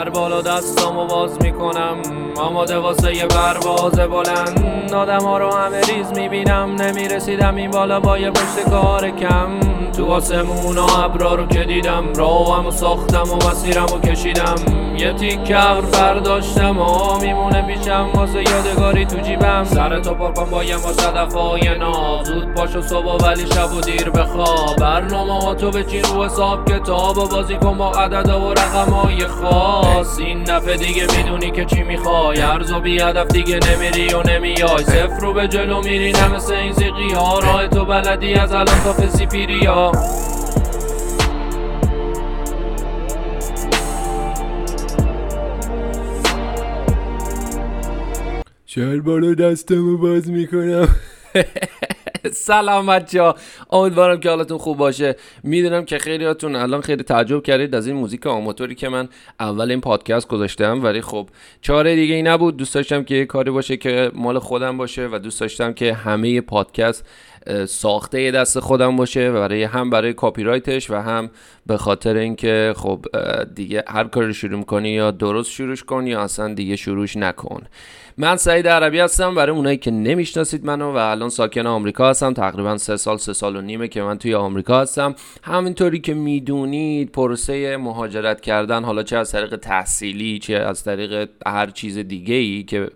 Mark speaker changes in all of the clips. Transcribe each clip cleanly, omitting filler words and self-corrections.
Speaker 1: سر بالا دستامو باز میکنم، آماده واسه یه پرواز بلند. آدم ها رو همه ریز میبینم، نمیرسیدم این بالا با یه پشت کار کم. تو آسمون و ابرا رو که دیدم، راهمو ساختم و مسیرمو کشیدم. یه تیکه ابر برداشتم و میمونه پیشم واسه یادگاری تو جیبم. سرتو پر کن با یه مشت هدفای ناب، زود پاشو صبح ولی شب و دیر بخواب. برنامه ها تو بچین رو حساب کتاب و بازی کن با عدد و رقمای خاص. این دفعه دیگه میدونی که چی میخوای، ارز و بی هدف دیگه نمیری و نمیای. صفر رو به جلو میری نه مثل این زیقی ها، راه تو بلدی از الان تا فسی پیری ها.
Speaker 2: شهر بالا دستمو باز میکنم.
Speaker 1: سلام بچه‌ها، امیدوارم که حالتون خوب باشه. میدونم که خیلیاتون الان خیلی تعجب کردید از این موزیک آماتوری که من اول این پادکست گذاشتم، ولی خب چاره دیگه ای نبود. دوست داشتم که یه کاری باشه که مال خودم باشه و دوست داشتم که همه پادکست ساخته یه دست خودم باشه، و برای کاپی رایتش و هم به خاطر اینکه خب دیگه هر کاری شروع کنی یا درست شروعش کن یا اصلا دیگه شروعش نکن. من سعید عربی هستم، برای اونایی که نمیشناسید منو، و الان ساکن آمریکا هستم. تقریبا 3 سال و نیمه که من توی آمریکا هستم. همینطوری که میدونید پروسه مهاجرت کردن، حالا چه از طریق تحصیلی چه از طریق هر چیز دیگه‌ای که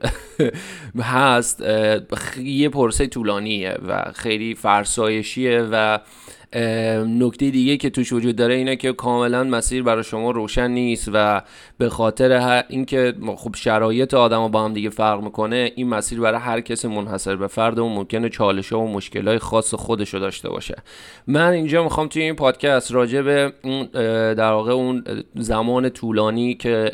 Speaker 1: هست، یه پروسه طولانیه و خیلی فرسایشیه و نکته دیگه که توش وجود داره اینه که کاملا مسیر برای شما روشن نیست و به خاطر اینکه خب شرایط آدم‌ها با هم دیگه فرق میکنه، این مسیر برای هر کسی منحصر به فرد و ممکنه چالش‌ها و مشکل‌های خاص خودشو داشته باشه. من اینجا میخوام توی این پادکست راجع به اون در واقع اون زمان طولانی که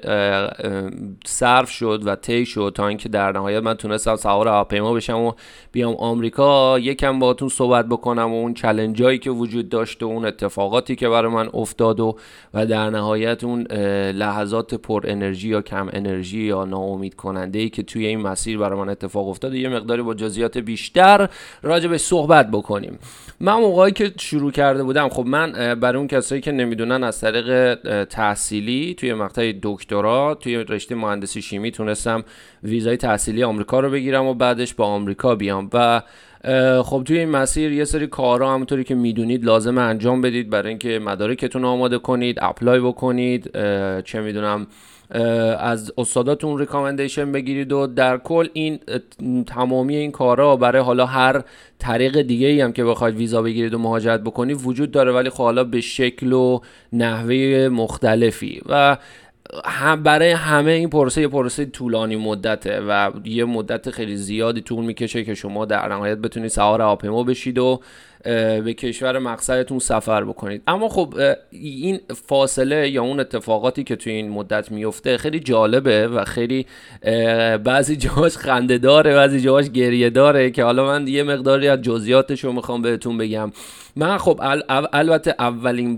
Speaker 1: صرف شد و طی شد تا اینکه در نهایت من تونستم سوار هواپیما بشم و بیام آمریکا، یکم باهاتون صحبت بکنم و اون چالنجایی که وجود داشت و اون اتفاقاتی که برای من افتاد و در نهایت اون لحظات پر انرژی یا کم انرژی یا ناامید کننده‌ای که توی این مسیر برای من اتفاق افتاد، یه مقداری با جزئیات بیشتر راجع به صحبت بکنیم. من موقعی که شروع کرده بودم، خب من برای اون کسایی که نمیدونن از طریق تحصیلی توی مقطع دکترا توی رشته مهندسی شیمی تونستم ویزای تحصیلی آمریکا رو بگیرم و بعدش با آمریکا بیام. و خب توی این مسیر یه سری کارها همونطوری که میدونید لازم انجام بدید برای اینکه مدارکتون رو آماده کنید، اپلای بکنید، چه میدونم از استاداتون ریکامندیشن بگیرید و در کل این تمامی این کارها برای حالا هر طریق دیگه ای هم که بخواید ویزا بگیرید و مهاجرت بکنید وجود داره، ولی خب حالا به شکل و نحوه مختلفی و برای همه این پروسه طولانی مدته و یه مدت خیلی زیادی طول میکشه که شما در نهایت بتونید سوار هواپیما بشید و به کشور مقصدتون سفر بکنید. اما خب این فاصله یا اون اتفاقاتی که توی این مدت میفته خیلی جالبه و خیلی بعضی جاهاش خنده داره، بعضی جاهاش گریه داره که حالا من یه مقداری از جزئیاتش رو میخوام بهتون بگم. من خب البته اولین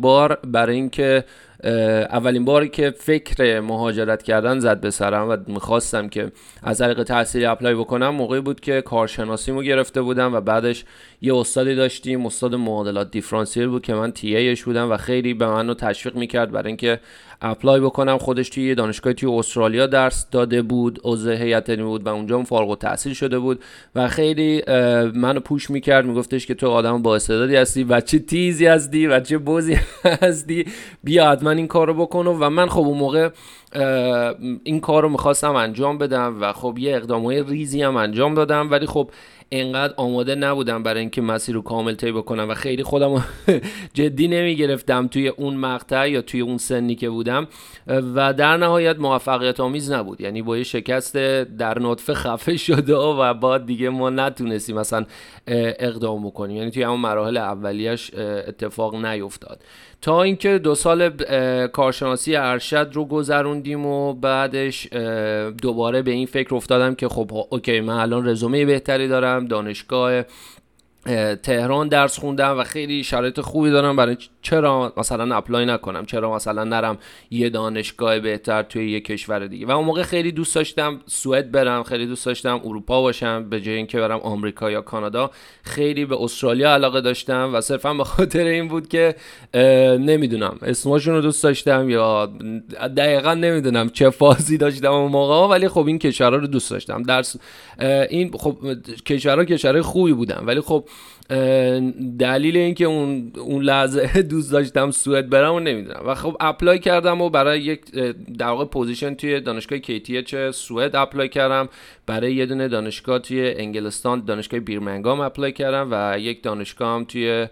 Speaker 1: باری که فکر مهاجرت کردن زد به سرم و میخواستم که از طریق تحصیلی اپلای بکنم موقعی بود که کارشناسیمو گرفته بودم و بعدش یه استادی داشتیم، استاد معادلات دیفرانسیل بود که من تی ایش بودم و خیلی به منو تشویق میکرد برای اینکه اپلای بکنم. خودش توی دانشگاه توی استرالیا درس داده بود، عضو هیئت علمی بود و اونجا فارغ التحصیل شده بود و خیلی منو پوش میکرد، میگفتش که تو آدم با استعدادی هستی، بچه تیزی هستی، بچه بوزی هستی، بیا حتما این کارو بکن. و من خب اون موقع این کارو میخواستم انجام بدم و خب یه اقدامای ریزی هم انجام دادم، ولی خب اینقدر آماده نبودم برای اینکه مسیر رو کامل طی بکنم و خیلی خودم جدی نمیگرفتم توی اون مقطع یا توی اون سنی که بودم و در نهایت موفقیت آمیز نبود. یعنی با یه شکست در نطفه خفه شده و بعد دیگه ما نتونستیم مثلا اقدام بکنیم، یعنی توی همون مراحل اولیش اتفاق نیفتاد تا اینکه 2 سال کارشناسی ارشد رو گذروندیم و بعدش دوباره به این فکر افتادم که خب اوکی، من الان رزومه بهتری دارم، دانشگاه تهران درس خوندم و خیلی شرایط خوبی دارم برای چرا مثلا اپلای نکنم، چرا مثلا نرم یه دانشگاه بهتر توی یه کشور دیگه. و اون موقع خیلی دوست داشتم سوئد برم، خیلی دوست داشتم اروپا باشم به جای اینکه برم آمریکا یا کانادا. خیلی به استرالیا علاقه داشتم و صرفا به خاطر این بود که نمیدونم اسمشون رو دوست داشتم یا دقیقا نمیدونم چه فازی داشتم اون موقع، ولی خب این کشورها رو دوست داشتم. این خب کشورهای خوبی بودن، ولی خب دلیل این که اون لحظه دوست داشتم سوئد برم و نمیدونم. و خب اپلای کردم و برای یک در واقع پوزیشن توی دانشگاه KTH سوئد اپلای کردم، برای یه دونه دانشگاه توی انگلستان دانشگاه بیرمنگام اپلای کردم و یک دانشگاه هم توی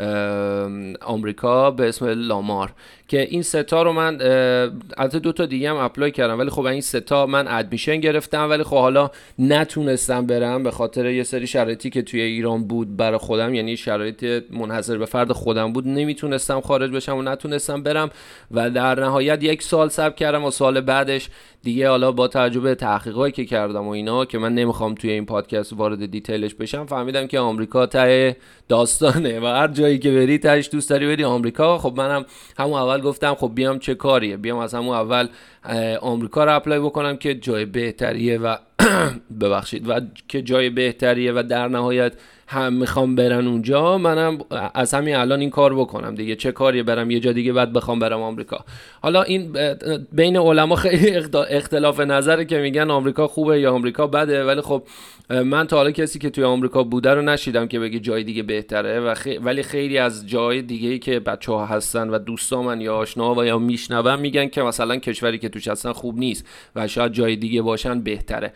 Speaker 1: آمریکا به اسم لامار، که این سه تا رو من البته 2 تا دیگه هم اپلای کردم، ولی خب این سه تا من ادمیشن گرفتم، ولی خب حالا نتونستم برم به خاطر یه سری شرایطی که توی ایران بود برای خودم، یعنی شرایط منحصر به فرد خودم بود، نمیتونستم خارج بشم و نتونستم برم و در نهایت 1 سال صبر کردم و سال بعدش دیگه حالا با توجه به تحقیقاتی که کردم و اینا که من نمیخوام توی این پادکست وارد دیتیلش بشم، فهمیدم که آمریکا ته داستانه و هر جایی که بری تهش دوست داری بری آمریکا. خب منم همون اول گفتم خب بیام چه کاریه، بیام از همون اول آمریکا رو اپلای بکنم که جای بهتریه و ببخشید و که جای بهتریه و در نهایت هم میخوام برن اونجا، منم از همین الان این کار بکنم دیگه. چه کاریه برم یه جا دیگه بعد بخوام برم آمریکا. حالا این بین علما خیلی اختلاف نظره که میگن آمریکا خوبه یا آمریکا بده، ولی خب من تا حالا کسی که توی آمریکا بوده رو نشیدم که بگه جای دیگه بهتره و ولی خیلی از جای دیگه‌ای که بچه‌ها هستن و دوستان من یا آشنا و یا میشنوم میگن که مثلا کشوری که توش هستن خوب نیست و شاید جای دیگه باشن بهتره.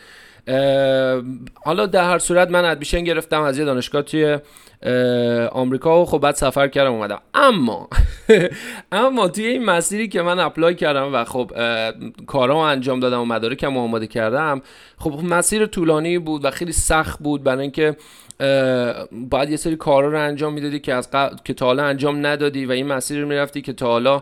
Speaker 1: حالا در هر صورت من ادمیشن گرفتم از یه دانشگاه توی آمریکا و خب بعد سفر کردم اومدم. اما توی این مسیری که من اپلای کردم و خب کارامو انجام دادم و مدارکم آماده کردم، خب مسیر طولانی بود و خیلی سخت بود، برای اینکه باید یه سری کارا رو انجام میدادی که که تا حالا انجام ندادی و این مسیر رو میرفتی که تا حالا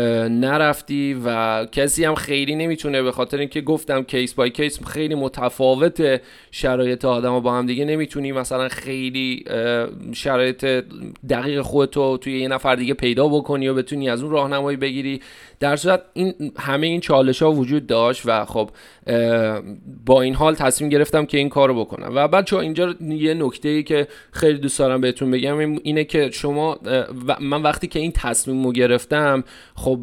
Speaker 1: نرفتی و کسی هم خیلی نمیتونه، به خاطر اینکه گفتم کیس بای کیس خیلی متفاوت شرایط آدم‌ها با هم دیگه، نمیتونی مثلا خیلی شرایط دقیق خودتو توی یه نفر دیگه پیدا بکنی و بتونی از اون راهنمایی بگیری. در صورت همه این چالش‌ها وجود داشت و خب با این حال تصمیم گرفتم که این کارو بکنم. و بچه‌ها اینجا یه نکته‌ای که خیلی دوست دارم بهتون بگم اینه که شما من وقتی که این تصمیمو گرفتم، خب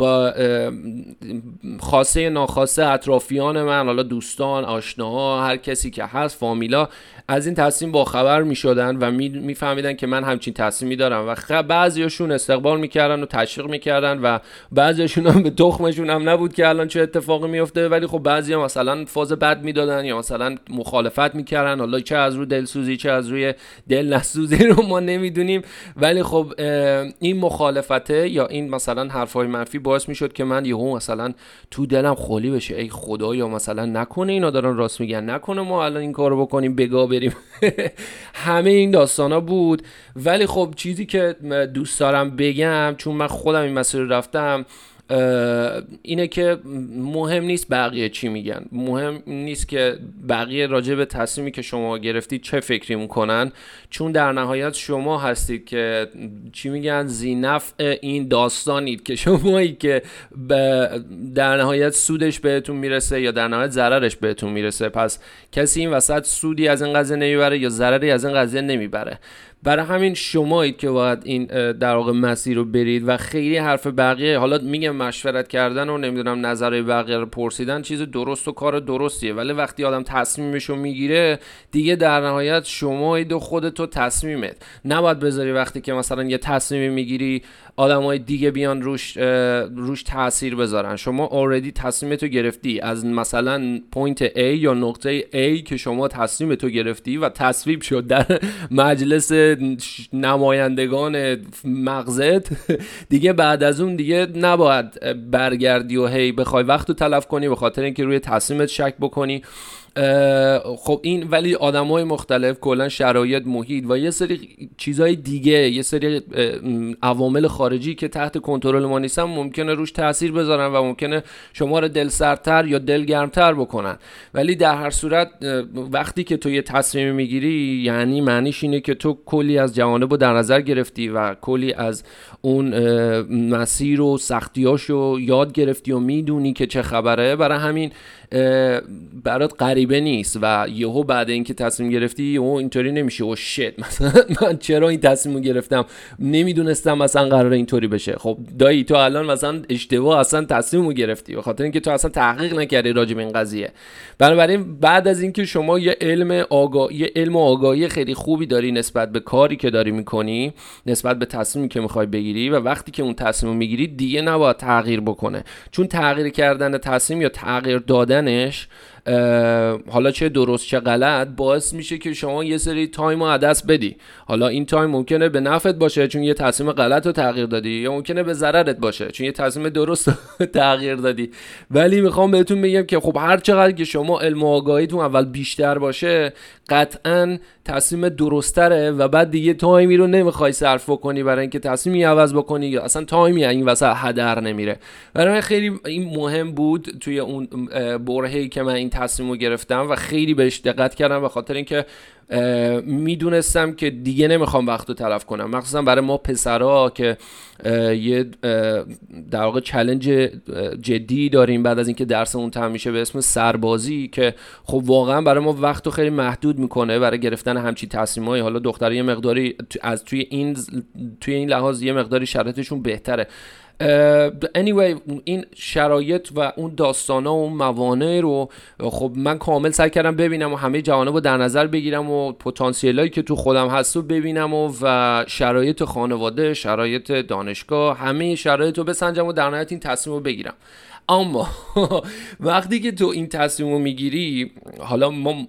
Speaker 1: خاصه ناخواسته اطرافیان من، حالا دوستان، آشناها، هر کسی که هست، فامیلا، از این تصمیم باخبر میشدن و میفهمیدن که من همچین تصمیمی دارم و بعضیاشون استقبال میکردن و تشویق میکردن و بعضیاشون هم به تخمشون هم نبود که الان چه اتفاقی میفته، ولی خب بعضیا مثلا فاز بد میدادن یا مثلا مخالفت میکردن، حالا چه از روی دلسوزی چه از روی دل نسوزی رو ما نمیدونیم، ولی خب این مخالفته یا این مثلا حرفای منفی باعث میشد که من یهو مثلا تو دلم خالی بشه، ای خدا، یا مثلا نکنه اینا دارن راست میگن، نکنه ما الان این کارو بکنیم بگا بریم. همه این داستانا بود. ولی خب چیزی که دوست دارم بگم، چون من خودم این مسیر رو رفتم، اینه که مهم نیست بقیه چی میگن، مهم نیست که بقیه راجع به تصمیمی که شما گرفتید چه فکری میکنن، چون در نهایت شما هستید که چی میگن ذی‌نفع این داستانید، که شمایی که در نهایت سودش بهتون میرسه یا در نهایت ضررش بهتون میرسه. پس کسی این وسط سودی از این قضیه نمیبره یا ضرری از این قضیه نمیبره. برای همین شمایید که باید این در واقع مسیر رو برید و خیلی حرف بقیه، حالا میگم مشورت کردن و نمیدونم نظر بقیه رو پرسیدن چیز درست و کار درستیه، ولی وقتی آدم تصمیمش رو میگیره دیگه در نهایت شمایید و خودتو تصمیمت. نباید بذاری وقتی که مثلا یه تصمیمی میگیری آدمای دیگه بیان روش تاثیر بذارن. شما اوردی تصمیمتو گرفتی از مثلا پوینت A یا نقطه A که شما تصمیمتو گرفتی و تصویب شد در مجلس نمایندگان مغزت، دیگه بعد از اون دیگه نباید برگردی و هی بخوای وقتو تلف کنی به خاطر اینکه روی تصمیمت شک بکنی. خب این ولی آدمای مختلف، کلا شرایط، محیط و یه سری چیزای دیگه، یه سری عوامل خارجی که تحت کنترل ما نیستن ممکنه روش تاثیر بذارن و ممکنه شما رو دلسردتر یا دلگرمتر بکنن. ولی در هر صورت وقتی که تو یه تصمیم میگیری، یعنی معنیش اینه که تو کلی از جوانب رو در نظر گرفتی و کلی از اون مسیر و سختیاشو یاد گرفتی و میدونی که چه خبره. برای همین برات غریبه نیست و یهو بعد اینکه تصمیم گرفتی یهو اینطوری نمیشه او شت مثلا من چرا این تصمیمو گرفتم، نمیدونستم مثلا قراره اینطوری بشه. خب دایی تو الان مثلا اشتباه اصلا تصمیمو گرفتی به خاطر اینکه تو اصلا تحقیق نکردی راجع به این قضیه. بنابراین بعد از اینکه شما یه علم و آگاهی خیلی خوبی داری نسبت به کاری که داری میکنی، نسبت به تصمیمی که میخوای بگیری، و وقتی که اون تصمیمو میگیری دیگه نباید تغییر بکنه، چون تغییر کردن تصمیم یا تغییر دادنش حالا چه درست چه غلط باعث میشه که شما یه سری تایم رو عدس بدی. حالا این تایم ممکنه به نفعت باشه چون یه تصمیم غلط رو تغییر دادی، یا ممکنه به ضررت باشه چون یه تصمیم درست رو تغییر دادی. ولی میخوام بهتون بگم که خب هر چقدر که شما علم و آگاهیتون اول بیشتر باشه قطعاً تصمیم درستره و بعد دیگه تایمی رو نمیخوای صرف کنی برای اینکه تصمیمی عوض بکنی، یا اصلا تایمی این وسط هدر نمیره. برای من خیلی این مهم بود توی اون برهه‌ای که من این تصمیم رو گرفتم و خیلی بهش دقت کردم، به خاطر اینکه میدونستم که دیگه نمیخوام وقت رو تلف کنم، مخصوصا برای ما پسرها که یه در واقع چالش جدی داریم بعد از اینکه درسمون تمام میشه به اسم سربازی، که خب واقعا برای ما وقت رو خیلی محدود میکنه برای گرفتن همچین تصمیمایی. حالا دخترای مقداری از توی این لحاظ یه مقداری شرایطشون بهتره. anyway این شرایط و اون داستانا و اون موانع رو خب من کامل سعی کردم ببینم و همه جوانب رو در نظر بگیرم و پتانسیلایی که تو خودم هست رو ببینم و شرایط خانواده، شرایط دانشگاه، همه شرایط رو بسنجم و در نهایت این تصمیم رو بگیرم. اما وقتی که تو این تصمیم رو میگیری، حالا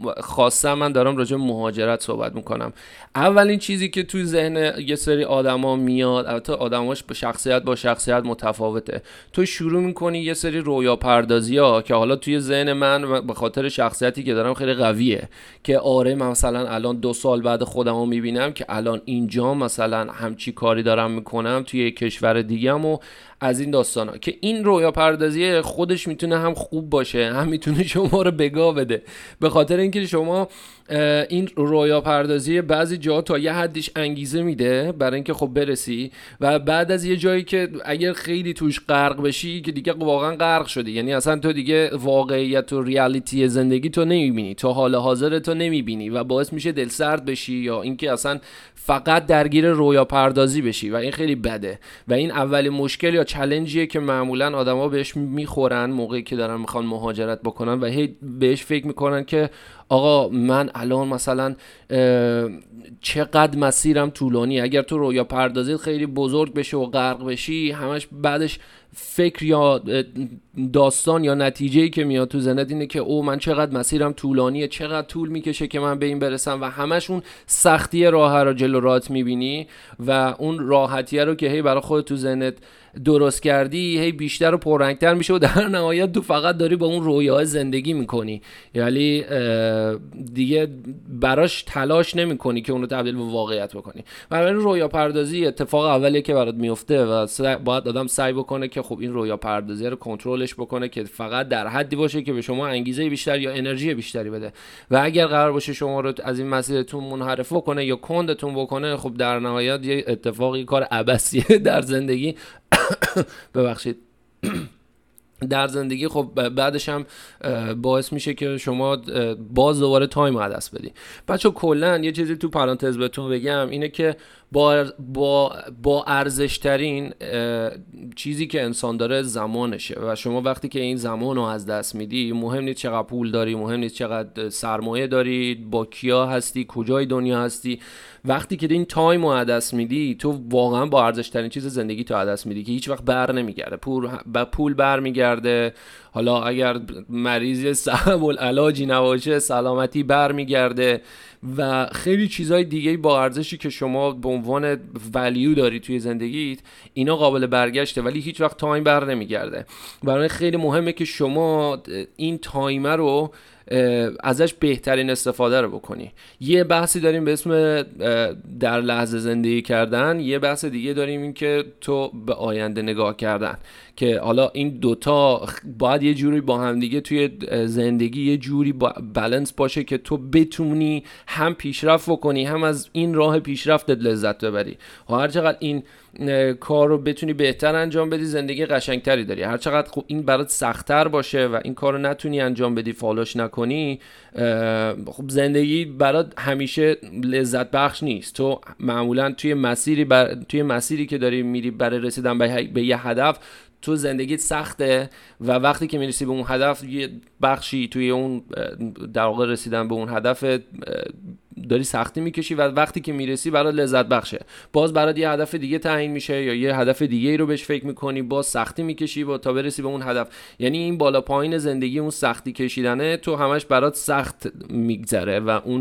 Speaker 1: من دارم راجع به مهاجرت صحبت میکنم، اولین چیزی که توی ذهن یه سری آدما میاد، البته آدماش به شخصیت متفاوته، تو شروع میکنی یه سری رویا پردازی ها که حالا توی ذهن من به خاطر شخصیتی که دارم خیلی قویه که آره مثلا الان 2 سال بعد خودم رو میبینم که الان اینجا مثلا همچی کاری دارم میکنم توی کشور دیگم و از این داستانا، که این رویا پردازی خودش میتونه هم خوب باشه هم میتونه شما رو بگا بده، به خاطر اینکه شما این رویا پردازی بعضی جا تا یه حدیش انگیزه میده برای اینکه خب برسی، و بعد از یه جایی که اگر خیلی توش غرق بشی که دیگه واقعا غرق شدی، یعنی اصلا تو دیگه واقعیت و ریالیتی زندگی تو نمیبینی، تو حال حاضر تو نمیبینی و باعث میشه دلسرد بشی یا اینکه اصلا فقط درگیر رویا پردازی بشی و این خیلی بده. و این اولین مشکل یا چالنجیه که معمولا آدما بهش میخورن موقعی که دارن میخوان مهاجرت بکنن و هی بهش فکر میکنن که آقا من الان مثلا چقدر مسیرم طولانی. اگر تو رویا پردازی خیلی بزرگ بشه و غرق بشی، همش بعدش فکر یا داستان یا نتیجه‌ای که میاد تو ذهنت اینه که او من چقدر مسیرم طولانیه، چقدر طول میکشه که من به این برسم، و همش اون سختی راه رو جلو راهت میبینی و اون راحتیه رو که هی برای خودت تو ذهنت درست کردی هی بیشتر و پررنگتر میشه و در نهایت تو فقط داری با اون رویاهای زندگی میکنی، یعنی دیگه براش تلاش نمیکنی که اونو تبدیل به واقعیت بکنی. بنابراین رویا پردازی اتفاق اولیه که برات میفته و باید آدم سعی بکنه که خب این رویا پردازی رو کنترلش بکنه که فقط در حدی باشه که به شما انگیزه بیشتر یا انرژی بیشتری بده، و اگر قرار باشه شما رو از این مسیرتون منحرف کنه یا کندتون بکنه، خب در نهایت یه اتفاقی کار عبثیه در زندگی ببخشید در زندگی، خب بعدش هم باعث میشه که شما باز دوباره تایم رو دست بدی. بچه کلن یه چیزی تو پرانتز بهتون بگم اینه که با ارزشترین چیزی که انسان داره زمانشه، و شما وقتی که این زمان رو از دست میدی، مهم نیست چقدر پول داری، مهم نیست چقدر سرمایه داری، با کیا هستی، کجای دنیا هستی، وقتی که این تایم رو از دست میدی تو واقعا با ارزشترین چیز زندگی تو از دست میدی که هیچ وقت بر نمیگرده. پول بر میگرده، حالا اگر مریضی صعب العلاجی نباشه سلامتی بر میگرده و خیلی چیزهای دیگه با ارزشی که شما به عنوان ولیو داری توی زندگیت اینا قابل برگشته، ولی هیچ وقت تایم بر نمیگرده. برای خیلی مهمه که شما این تایم رو ازش بهترین استفاده رو بکنی. یه بحثی داریم به اسم در لحظه زندگی کردن، یه بحث دیگه داریم این که تو به آینده نگاه کردن، که حالا این دوتا باید یه جوری با هم دیگه توی زندگی یه جوری بالانس باشه که تو بتونی هم پیشرفت بکنی، هم از این راه پیشرفتت لذت ببری. هر چقدر این کار رو بتونی بهتر انجام بدی، زندگی قشنگتری داری. هر چقدر خب این برات سخت‌تر باشه و این کار رو نتونی انجام بدی، فالوش نکنی، خب زندگی برات همیشه لذت بخش نیست. تو معمولا توی مسیری که داری میری برای رسیدن به یه هدف، تو زندگیت سخته و وقتی که میرسی به اون هدف یه بخشی توی اون در واقع رسیدن به اون هدف داری سختی میکشی و وقتی که میرسی برات لذت بخشه. باز برات یه هدف دیگه تعیین میشه یا یه هدف دیگه ای رو بهش فکر میکنی، باز سختی میکشی تا برسی به اون هدف. یعنی این بالا پایین زندگی، اون سختی کشیدنه، تو همش برات سخت میگذره و اون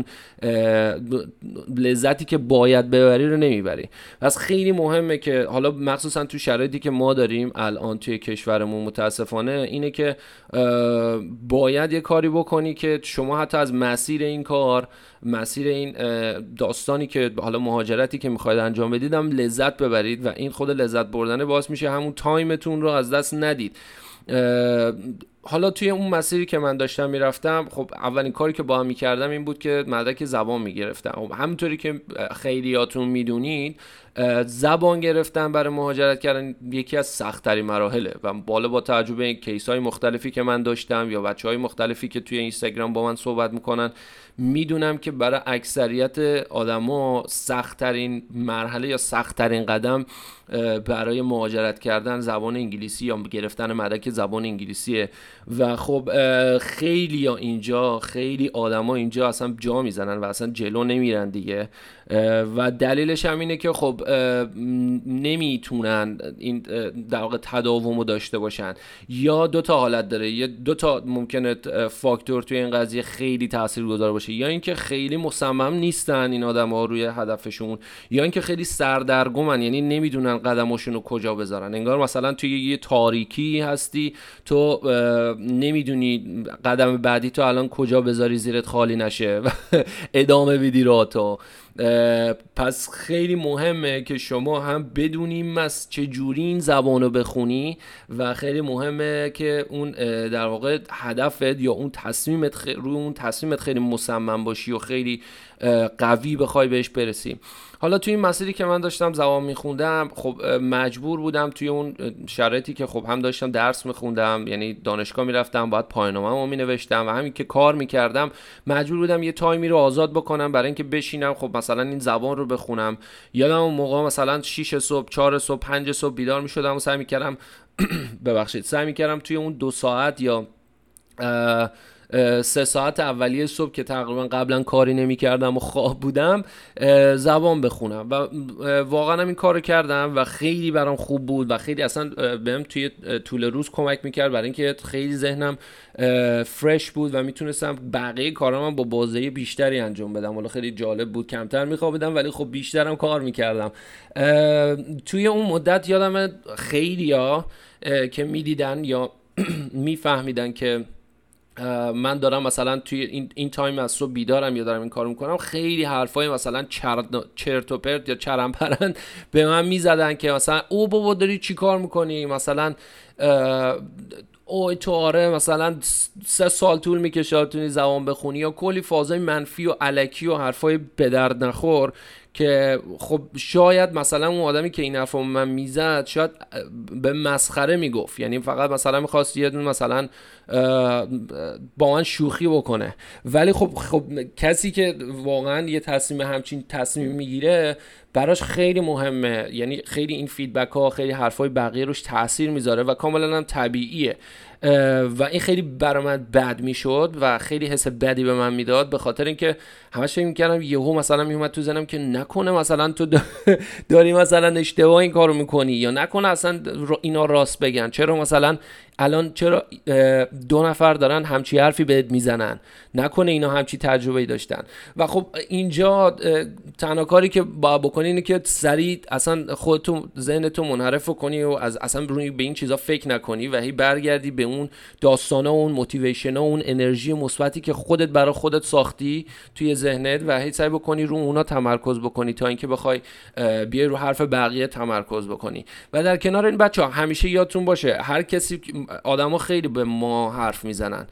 Speaker 1: لذتی که باید ببری رو نمیبری. پس خیلی مهمه که حالا مخصوصا تو شرایطی که ما داریم الان توی کشورمون متاسفانه اینه که باید یه کاری بکنی که شما حتی از مسیر این کار، مسیر این داستانی که حالا مهاجرتی که میخواید انجام بدید هم لذت ببرید و این خود لذت بردن باعث میشه همون تایمتون رو از دست ندید. حالا توی اون مسیری که من داشتم میرفتم، خب اولین کاری که با هم میکردم این بود که مدرک زبان میگرفتم. خب همونطوری که خیلیاتون میدونید، زبان گرفتن برای مهاجرت کردن یکی از سخت‌ترین مراحله و بالا با تجربه این کیس‌های مختلفی که من داشتم یا بچه‌های مختلفی که توی اینستاگرام با من صحبت میکنن، میدونم که برای اکثریت آدما سخت‌ترین مرحله یا سخت‌ترین قدم برای مهاجرت کردن زبان انگلیسی یا گرفتن مدرک زبان انگلیسیه. و خب خیلی آدما اینجا اصلا جا میزنن و اصلا جلو نمیرن دیگه و دلیلش هم اینه که خب نمیتونن این در واقع تداومو داشته باشن. یا دو تا حالت داره، یا دو تا ممکنه فاکتور توی این قضیه خیلی تاثیرگذار باشه، یا اینکه خیلی مصمم نیستن این آدم‌ها روی هدفشون، یا اینکه خیلی سردرگمن، یعنی نمیدونن قدمشون رو کجا بذارن. انگار مثلا توی یه تاریکی هستی، تو نمیدونی قدم بعدی تو الان کجا بذاری زیرت خالی نشه و ادامه بدی راهتو. پس خیلی مهمه که شما هم بدونیم چه جوری این زبانو بخونی و خیلی مهمه که اون در واقع هدفت یا اون تصمیمت روی اون تصمیمت خیلی مصمم باشی و خیلی قوی بخوای بهش برسی. حالا توی این مسیری که من داشتم زبان میخوندم، خب مجبور بودم توی اون شرایطی که خب هم داشتم درس میخوندم، یعنی دانشگاه میرفتم، باید پایان‌نامه‌مو مینوشتم و همین که کار میکردم مجبور بودم یه تایمی رو آزاد بکنم برای اینکه بشینم خب مثلا این زبان رو بخونم. یادم اون موقع مثلا 6 صبح، 4 صبح، 5 صبح بیدار میشدم و سعی میکردم توی اون 2 ساعت یا 3 ساعت اولیه صبح که تقریبا قبلا کاری نمی کردم و خواب بودم زبان بخونم و واقعا هم این کارو کردم و خیلی برام خوب بود و خیلی اصلا بهم توی طول روز کمک میکرد برای اینکه خیلی ذهنم فرش بود و میتونستم بقیه کارام با بازدهی بیشتری انجام بدم. حالا خیلی جالب بود، کمتر میخوابیدم ولی خب بیشترم کار میکردم. توی اون مدت یادم خیلیا که میدیدن یا میفهمیدن که من دارم مثلا توی این تایم از صبح بیدارم یا دارم این کارو میکنم، خیلی حرفای مثلا چرت و پرت یا چرم پرند به من میزدن که مثلا او بابا داری چی کار میکنی، مثلا تو آره مثلا 3 سال طول میکشه تونی زبان بخونی، یا کلی فازای منفی و الکی و حرفای به درد نخور که خب شاید مثلا اون آدمی که این حرفو من میزد شاید به مسخره میگفت، یعنی فقط مثلا میخواست یه دون مثلا با من شوخی بکنه. ولی خب کسی که واقعا یه همچین تصمیم میگیره براش خیلی مهمه، یعنی خیلی این فیدبک ها، خیلی حرفای بقیه روش تاثیر میذاره و کاملا هم طبیعیه و این خیلی برای من بد میشد و خیلی حس بدی به من میداد، به خاطر اینکه همش فکر میکردم یهو مثلا میومد تو ذهنم که نکنه مثلا تو داری مثلا اشتباه این کارو میکنی، یا نکنه اصلا اینا راست بگن. چرا مثلا الان چرا 2 نفر دارن همچی حرفی بهت میزنن، نکنه اینا همچی تجربه‌ای داشتن. و خب اینجا تنها کاری که باید بکنی اینه که سریع اصلا خودتو ذهنتو منحرف کنی و از اصلا روی به این چیزا فکر نکنی و هی برگردی به اون داستانا و اون موتیویشن و اون انرژی مثبتی که خودت برای خودت ساختی توی ذهنت و هی سعی بکنی رو اونا تمرکز بکنی تا اینکه بخوای بیای رو حرف بقیه تمرکز بکنی. و در کنار این بچه‌ها همیشه یادتون باشه هر کسی، آدما خیلی به ما حرف میزنن.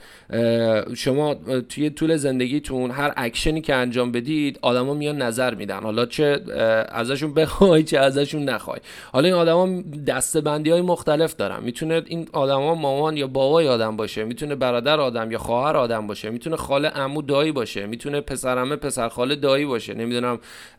Speaker 1: شما توی طول زندگیتون هر اکشنی که انجام بدید آدما میان نظر میدن، حالا چه ازشون بخوای چه ازشون نخوای. حالا این آدما دسته‌بندی‌های مختلف دارن، میتونه این آدما مامان یا بابای آدم باشه، میتونه برادر آدم یا خواهر آدم باشه، میتونه خاله عمو دایی باشه، میتونه پسر عمه پسر خاله دایی باشه، نمیدونم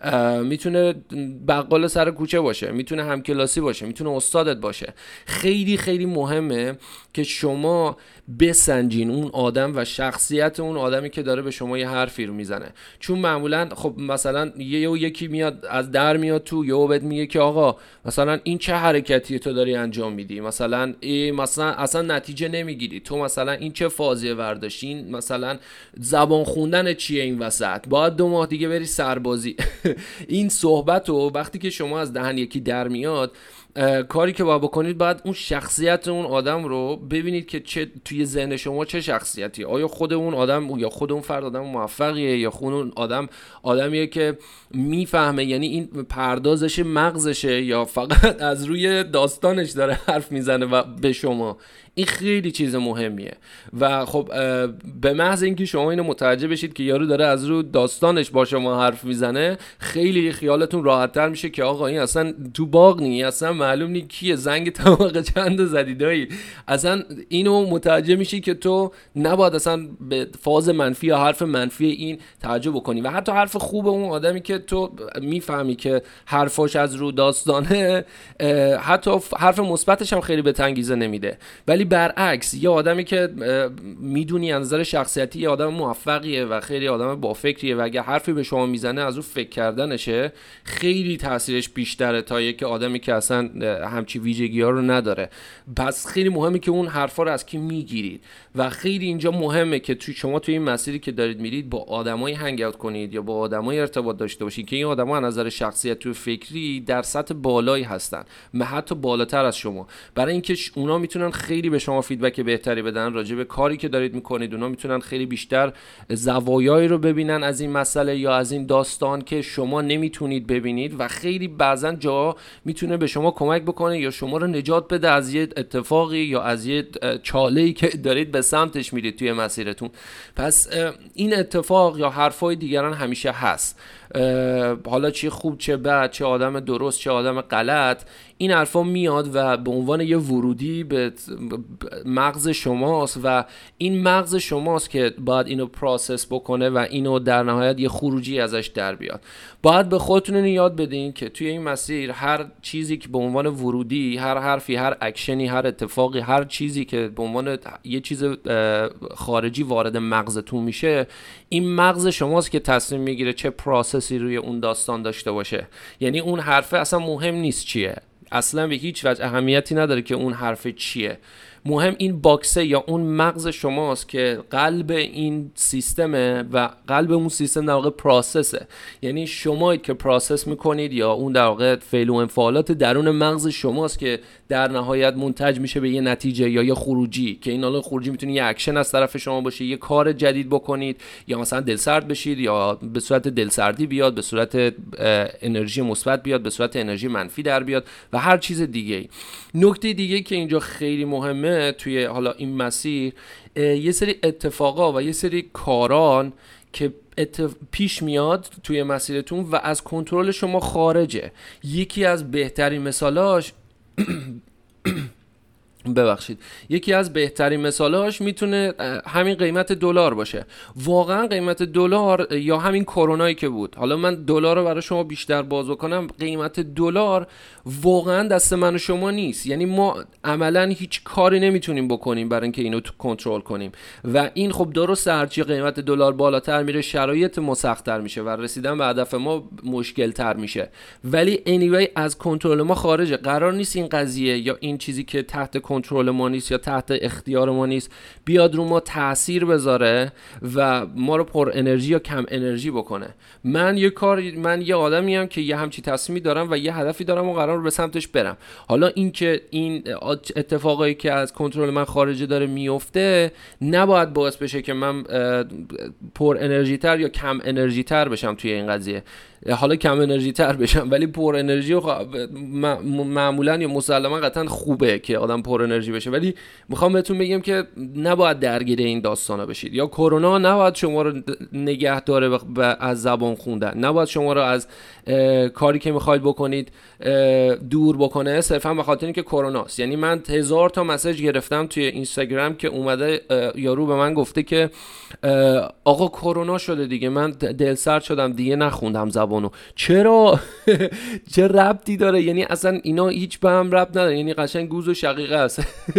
Speaker 1: میتونه بقال سر کوچه باشه، میتونه همکلاسی باشه، میتونه استادت باشه. خیلی خیلی مهمه که شما بسنجین اون آدم و شخصیت اون آدمی که داره به شما یه حرفی رو میزنه. چون معمولا خب مثلا یکی میاد از در میاد تو یهو بهت میگه که آقا مثلا این چه حرکتی تو داری انجام میدی، مثلا اصلا نتیجه نمیگیری، تو مثلا این چه فازیه ورداشین، مثلا زبان خوندن چیه این وسط، باید 2 ماه دیگه بری سربازی. این صحبتو وقتی که شما از دهن یکی در میاد، کاری که باید بکنید باید اون شخصیت اون آدم رو ببینید که چه توی ذهن شما چه شخصیتی. آیا خود اون آدم یا خود اون فرد آدم موفقیه، یا خود اون آدمیه که میفهمه، یعنی این پردازش مغزشه، یا فقط از روی داستانش داره حرف میزنه و به شما. این خیلی چیز مهمیه. و خب به محض اینکه شما اینو متوجه بشید که یارو داره از رو داستانش با شما حرف میزنه، خیلی خیالتون راحت‌تر میشه که آقا این اصلا تو باغ نی، اصلا معلوم نی کیه، زنگ طبقه چند زدی دایی. اصلا اینو متوجه میشی که تو نباید اصلا به فاز منفی یا حرف منفی این توجه بکنی. و حتی حرف خوب اون آدمی که تو میفهمی که حرفاش از رو داستانه، حتی حرف مثبتش هم خیلی به انگیزه نمیده. ولی برعکس یه آدمی که میدونی از نظر شخصیتی یه آدم موفقیه و خیلی آدم با فکریه و اگه حرفی به شما میزنه از اون فکر کردنشه، خیلی تاثیرش بیشتره تا یک آدمی که اصلا همچی ویژگی‌ها رو نداره. پس خیلی مهمه که اون حرفا رو از کی میگیرید و خیلی اینجا مهمه که شما توی این مسیری که دارید میرید با آدمایی هنگ اوت کنید یا با آدمایی ارتباط داشته باشید که این آدما از نظر شخصیتی و فکری در سطح بالایی هستن، حتی بالاتر از شما، برای اینکه اونا میتونن خیلی به شما فیدبک بهتری بدن راجع به کاری که دارید میکنید. اونا میتونن خیلی بیشتر زوایایی رو ببینن از این مسئله یا از این داستان که شما نمیتونید ببینید و خیلی بعضا جا میتونه به شما کمک بکنه یا شما رو نجات بده از یه اتفاقی یا از یه چاله‌ای که دارید به سمتش میرید توی مسیرتون. پس این اتفاق یا حرفای دیگران همیشه هست، حالا چه خوب چه بد، چه آدم درست چه آدم غلط، این حرفا میاد و به عنوان یه ورودی به مغز شماست و این مغز شماست که باید اینو پروسس بکنه و اینو در نهایت یه خروجی ازش در بیاد. باید به خودتون یاد بدین که توی این مسیر هر چیزی که به عنوان ورودی، هر حرفی، هر اکشنی، هر اتفاقی، هر چیزی که به عنوان یه چیز خارجی وارد مغزتون میشه، این مغز شماست که تصمیم میگیره چه پروسسی روی اون داستان داشته باشه. یعنی اون حرفه اصلا مهم نیست چیه، اصلا به هیچ وجه اهمیتی نداره که اون حرف چیه. مهم این باکسه یا اون مغز شماست که قلب این سیستمه و قلب اون سیستم در واقع پروسسه. یعنی شمایید که پروسس میکنید یا اون در واقع فعل و انفعالات درون مغز شماست که در نهایت منتج میشه به یه نتیجه یا یه خروجی که این حالا خروجی میتونه یه اکشن از طرف شما باشه، یه کار جدید بکنید یا مثلا دلسرد بشید یا به صورت دلسردی بیاد، به صورت انرژی مثبت بیاد، به صورت انرژی منفی در بیاد و هر چیز دیگه. نکته دیگه که اینجا خیلی مهمه توی حالا این مسیر، یه سری اتفاقا و یه سری کاران که پیش میاد توی مسیرتون و از کنترل شما خارجه. یکی از بهترین مثالاش ببخشید، یکی از بهترین مثالهاش میتونه همین قیمت دلار باشه. واقعا قیمت دلار یا همین کرونایی که بود، حالا من دلار رو برای شما بیشتر باز کنم، قیمت دلار واقعا دست من و شما نیست. یعنی ما عملا هیچ کاری نمیتونیم بکنیم برای اینکه اینو کنترل کنیم و این خب درسته هرچی قیمت دلار بالاتر میره شرایط مسختر میشه و رسیدن به هدف ما مشکل تر میشه، ولی anyway از کنترل ما خارجه. قرار نیست این قضیه یا این چیزی که تحت کنترل ما نیست یا تحت اختیار ما نیست بیاد رو ما تأثیر بذاره و ما رو پر انرژی یا کم انرژی بکنه. من یه آدمیم که یه همچی تصمیمی دارم و یه هدفی دارم و قرار به سمتش برم. حالا این که این اتفاقایی که از کنترل من خارجه داره میفته نباید باعث بشه که من پر انرژی تر یا کم انرژی تر بشم توی این قضیه. حالا کم انرژی تر بشم ولی پر انرژی معمولا یا مسلما قطعا خوبه که آدم پر انرژی بشه، ولی میخوام بهتون بگم که نباید درگیر این داستانا بشید. یا کرونا نباید شما رو نگه داره از زبان خوندن، نباید شما رو از کاری که میخواید بکنید دور بکنه صرفا به خاطر اینکه کروناست. یعنی من 1000 تا مسیج گرفتم توی اینستاگرام که اومده یارو به من گفته که آقا کرونا شده دیگه، من دلسرد شدم دیگه نخوندم زبانو. چرا؟ چه ربطی داره؟ یعنی اصلا اینا هیچ به هم ربط نداره، یعنی قشنگ گوز و شقیقه است.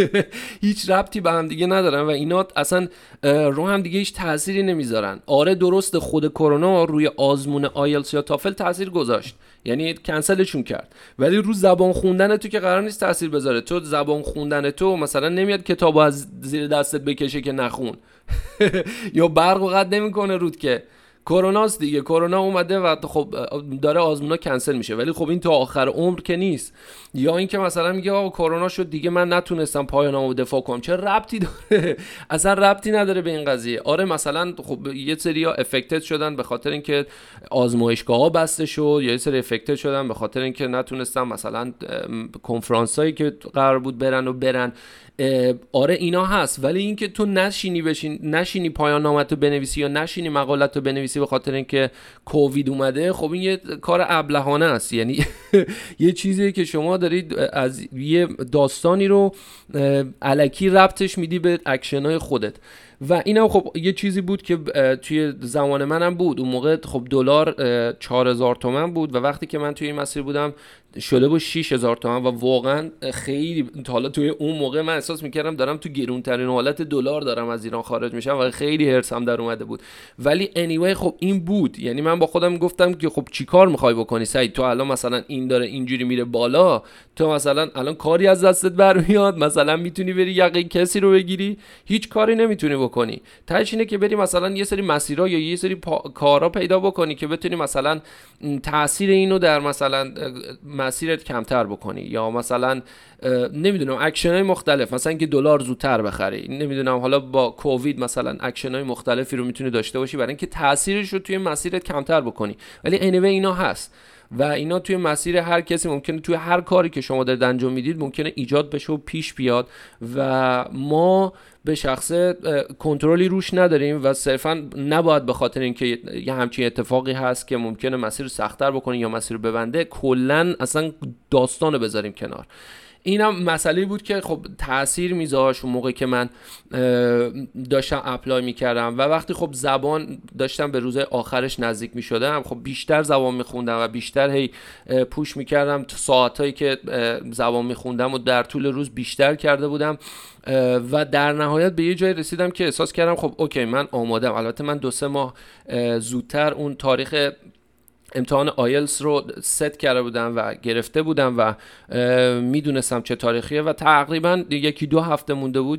Speaker 1: هیچ ربطی به هم دیگه ندارن و اینا اصلا رو هم دیگه هیچ تأثیری نمیذارن. آره درسته خود کرونا روی آزمون آیلتس یا تافل تأثیر گذاشت، یعنی کنسلشون کرد، ولی رو زبان خوندن تو که قرار نیست تأثیر بذاره. تو زبان خوندن تو مثلا نمیاد کتابو از زیر دستت بکشه که نخون یا برق و قطع نمیکنه رود که کروناست دیگه. کرونا اومده و خب داره آزمونا کنسل میشه، ولی خب این تا آخر عمر که نیست. یا این که مثلا میگه آقا کرونا شد دیگه من نتونستم پایانمو دفاع کنم، چه ربطی داره؟ اصلا ربطی نداره به این قضیه. آره مثلا خب یه سری‌ها افکتد شدن به خاطر اینکه آزمایشگاه‌ها بسته شد، یا یه سری افکتد شدن به خاطر اینکه نتونستن مثلا کنفرانسایی که قرار بود برن. آره اینا هست، ولی اینکه تو نشینی پایان نامه‌تو بنویسی یا نشینی مقالتو بنویسی به خاطر اینکه کووید اومده، خب این یه کار ابلهانه است. یعنی یه چیزیه که شما دارید از یه داستانی رو الکی ربطش میدی به اکشن‌های خودت. و اینم خب یه چیزی بود که توی زمان منم بود. اون موقع خب دلار 4000 تومان بود و وقتی که من توی این مسیر بودم شده بود 6000 تومان و واقعا خیلی حالا توی اون موقع من احساس میکردم دارم تو گرونترین حالت دلار دارم از ایران خارج میشم و خیلی هرسم در اومده بود. ولی anyway خب این بود. یعنی من با خودم گفتم که خب چی کار میخوای بکنی سعید؟ تو الان مثلا این داره اینجوری میره بالا، تو مثلا الان کاری از دستت برمیاد؟ مثلا میتونی بری یقه کسی رو بگیری؟ هیچ کاری نمیتونی بکنی. تهش اینه که بری مثلا یه سری مسیرها یا یه سری کارا پیدا بکنی که بتونی مثلا تاثیر اینو در مثلا مسیرت کمتر بکنی، یا مثلا نمیدونم اکشن‌های مختلف، مثلا که دلار زودتر بخری، نمیدونم حالا با کووید مثلا اکشن‌های مختلفی رو میتونی داشته باشی برای اینکه تاثیرش رو توی مسیرت کمتر بکنی. ولی anyway اینا هست و اینا توی مسیر هر کسی ممکنه، توی هر کاری که شما دارید انجام میدید ممکنه ایجاد بشه و پیش بیاد و ما به شخصه کنترلی روش نداریم و صرفا نباید به خاطر اینکه یه همچین اتفاقی هست که ممکنه مسیر رو سخت‌تر بکنه یا مسیر رو ببنده کلاً اصلا داستانو بذاریم کنار. اینم مسئله بود که خب تأثیر میذاشت اون موقعی که من داشتم اپلای میکردم و وقتی خب زبان داشتم به روزهای آخرش نزدیک میشدم خب بیشتر زبان میخوندم و بیشتر هی پوش میکردم. ساعتایی که زبان میخوندم و در طول روز بیشتر کرده بودم و در نهایت به یه جای رسیدم که احساس کردم خب اوکی من آمادم. البته من 2-3 ماه زودتر اون تاریخ امتحان آیلتس رو ست کرده بودم و گرفته بودم و میدونستم چه تاریخیه و تقریبا 1-2 هفته مونده بود،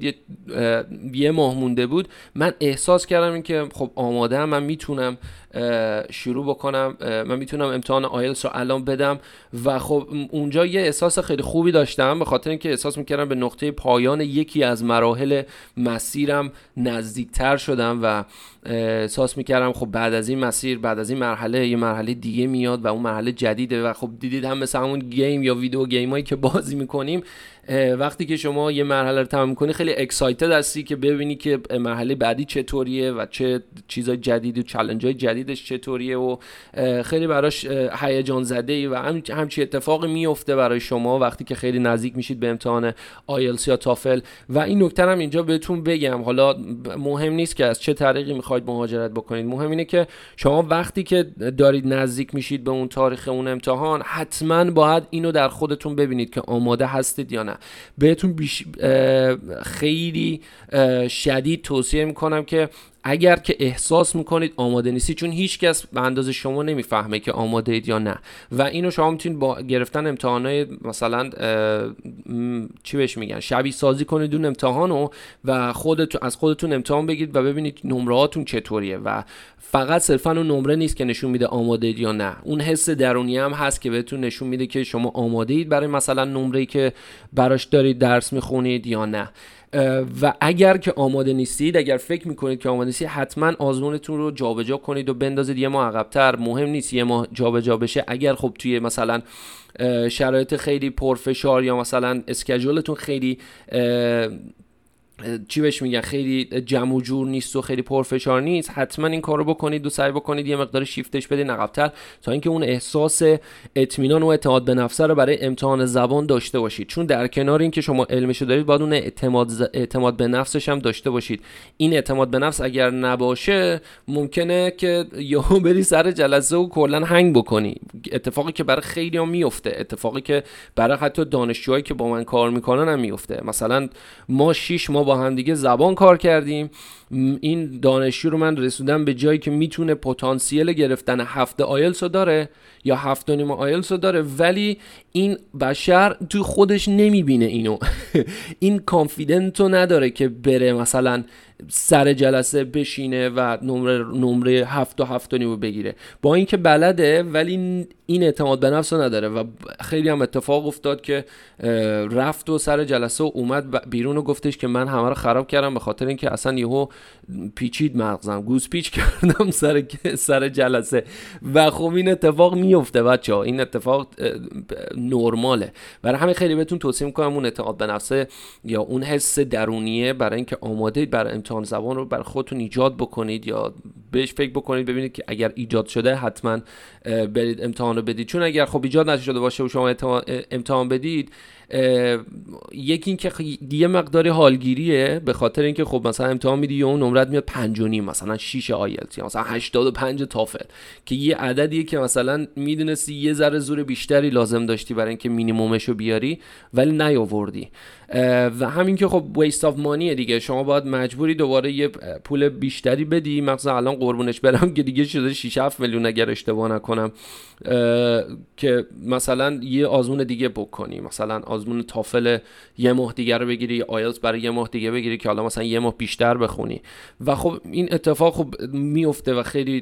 Speaker 1: یه ماه مونده بود. من احساس کردم این که خب آماده هم، من میتونم شروع بکنم، من میتونم امتحان آیلتس رو الان بدم و خب اونجا یه احساس خیلی خوبی داشتم به خاطر اینکه احساس میکردم به نقطه پایان یکی از مراحل مسیرم نزدیکتر شدم و احساس میکردم خب بعد از این مسیر، بعد از این مرحله یه مرحله دیگه میاد و اون مرحله جدیده و خب دیدید هم مثل همون گیم یا ویدیو گیمایی که بازی میکنیم، وقتی که شما یه مرحله رو تمام می‌کنی خیلی اکسایتد هستی که ببینی که مرحله بعدی چطوریه و چه چیزای جدید و چالنج‌های جدیدش چطوریه و خیلی براش هیجان زده‌ای و همچین اتفاقی میفته برای شما وقتی که خیلی نزدیک میشید به امتحان آیلتس یا تافل. و این نکته هم اینجا بهتون بگم، حالا مهم نیست که از چه طریقی میخواید مهاجرت بکنید، مهم اینه که شما وقتی که دارید نزدیک میشید به اون تاریخ اون امتحان حتما باید اینو در خودتون ببینید که آماده هستید یا نه. بهتون خیلی شدید توصیه میکنم که اگر که احساس میکنید آماده نیستی، چون هیچ کس به اندازه شما نمیفهمه که آماده اید یا نه و اینو شما میتونید با گرفتن امتحانای مثلا چی بهش میگن شبیه سازی کنید اون امتحانو و از خودتون امتحان بگیرید و ببینید نمرهاتون چطوریه و فقط صرفا اون نمره نیست که نشون میده آماده اید یا نه، اون حس درونی هم هست که بهتون نشون میده که شما آماده اید برای مثلا نمره‌ای که براش دارید درس میخونید یا نه. و اگر که آماده نیستید، اگر فکر میکنید که آماده نیستید، حتما آزمونتون رو جابجا کنید و بندازید یه ماه عقب‌تر. مهم نیست یه ماه جابجا بشه، اگر خب توی مثلا شرایط خیلی پرفشار یا مثلا اسکیجولتون خیلی چی بهش میگن خیلی جمع و جور نیست و خیلی پرفشار نیست، حتما این کارو بکنید و سعی بکنید یه مقدار شیفتش بدید عقب‌تر تا اینکه اون احساس اطمینان و اعتماد به نفس رو برای امتحان زبان داشته باشید، چون در کنار این که شما علمشو دارید باید اون اعتماد به نفسش هم داشته باشید. این اعتماد به نفس اگر نباشه ممکنه که یهو بری سر جلسه و کلا هنگ بکنی، اتفاقی که برای خیلی‌ها میفته، اتفاقی که برای حتی دانشجوهایی که با من کار میکنن هم میفته. مثلا ما 6 ماه با هم دیگه زبان کار کردیم، این دانشجو رو من رسوندم به جایی که میتونه پتانسیل گرفتن 7 آیلتس رو داره یا 7.5 آیلتس رو داره، ولی این بشر تو خودش نمیبینه اینو این کانفیدنت رو نداره که بره مثلا سر جلسه بشینه و نمره 7 و 7.5 رو بگیره، با اینکه بلده ولی این اعتماد به نفس رو نداره. و خیلی هم اتفاق افتاد که رفت و سر جلسه و اومد بیرون و گفتش که من همه رو خراب کردم به خاطر اینکه اصلا یهو پیچید مغزم، گوز پیچ کردم سر جلسه. و خب این اتفاق میفته بچه‌ها، این اتفاق نرماله. برای همین خیلی بهتون توصیه میکنم اون اعتماد به نفس یا اون حس درونیه برای اینکه آماده اید برای امتحان زبان رو برای خودتون ایجاد بکنید یا بهش فکر بکنید، ببینید که اگر ایجاد شده حتما برید امتحان رو بدید، چون اگر خب ایجاد نشده باشه و شما امتحان بدید، یکی این که یه مقداری حالگیریه به خاطر اینکه خب مثلا امتحان میدی یا اون نمرت میاد 5.5 مثلا 6 آیلتس یا مثلا 85 تافل که یه عددیه که مثلا میدونستی یه ذره زور بیشتری لازم داشتی برای اینکه مینیممشو بیاری ولی نیاوردی. و همین که خب ویست آف مانیه دیگه، شما باید مجبوری دوباره یه پول بیشتری بدی، مثلا الان قربونش برم که دیگه شده 6-7 میلیون اگر اشتباه نکنم که مثلا یه آزمون دیگه بوک کنی، مثلا آزمون تافل یه ماه دیگه رو بگیری، آیلتس برای یه ماه دیگه بگیری که حالا مثلا یه ماه بیشتر بخونی. و خب این اتفاق خب میفته و خیلی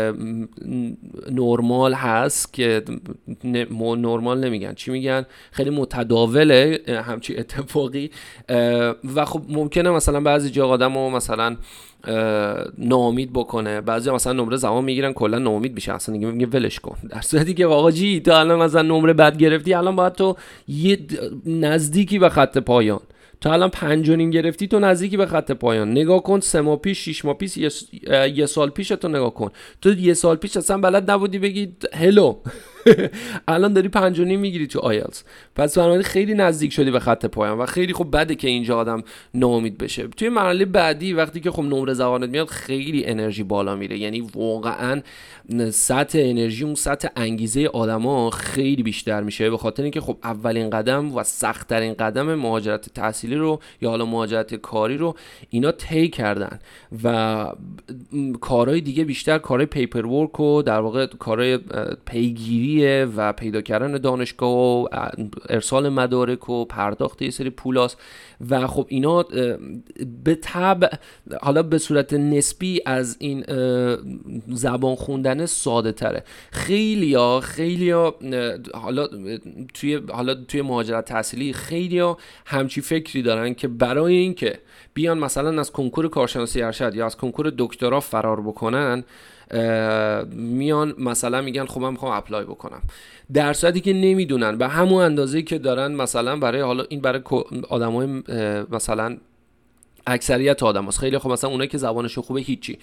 Speaker 1: نرمال هست که نرمال نمیگن چی میگن، خیلی متداوله همچی اتفاقی. و خب ممکنه مثلا بعضی جا آدمو مثلا ناامید بکنه، بعضی مثلا نمره زمان میگیرن کلا ناامید میشه، اصلا میگه ولش کن، در صورتی که آقا جی تو الان مثلا نمره بد گرفتی، الان باید تو یه نزدیکی به خط پایان، تو الان 5.5 گرفتی، تو نزدیکی به خط پایان. نگاه کن 3 ماه پیش 6 ماه پیش یه سال پیش تو نگاه کن، تو یه سال پیش اصلا بلد نبودی بگی هلو الان داری 5.5 میگیری تو آیلتس، پس بنابراین خیلی نزدیک شدی به خط پایان و خیلی خب بده که اینجا آدم ناامید بشه. توی مرحله بعدی وقتی که خب نمره زبانت میاد خیلی انرژی بالا میره، یعنی واقعا سطح انرژی اون سطح انگیزه آدما خیلی بیشتر میشه، به خاطر اینکه خب اولین قدم و سخت ترین قدم مهاجرت تحصیلی رو یا حالا مهاجرت کاری رو اینا طی کردن و کارهای دیگه بیشتر کارهای پیپر ورک و در واقع کارهای پیگیری و پیدا کردن دانشگاه و ارسال مدارک و پرداخت یه سری پولاست و خب اینا به طبع حالا به صورت نسبی از این زبان خوندن ساده تره. خیلیا حالا توی مهاجرت تحصیلی خیلیا همچی فکری دارن که برای اینکه بیان مثلا از کنکور کارشناسی ارشد یا از کنکور دکترا فرار بکنن میان مثلا میگن خب من میخوام اپلای بکنم، در صورتی که نمیدونن به همون اندازه‌ای که دارن مثلا برای حالا این برای آدمای مثلا اکثریت آدم هست. خیلی خب مثلا اونایی که زبانشون خوبه هیچی،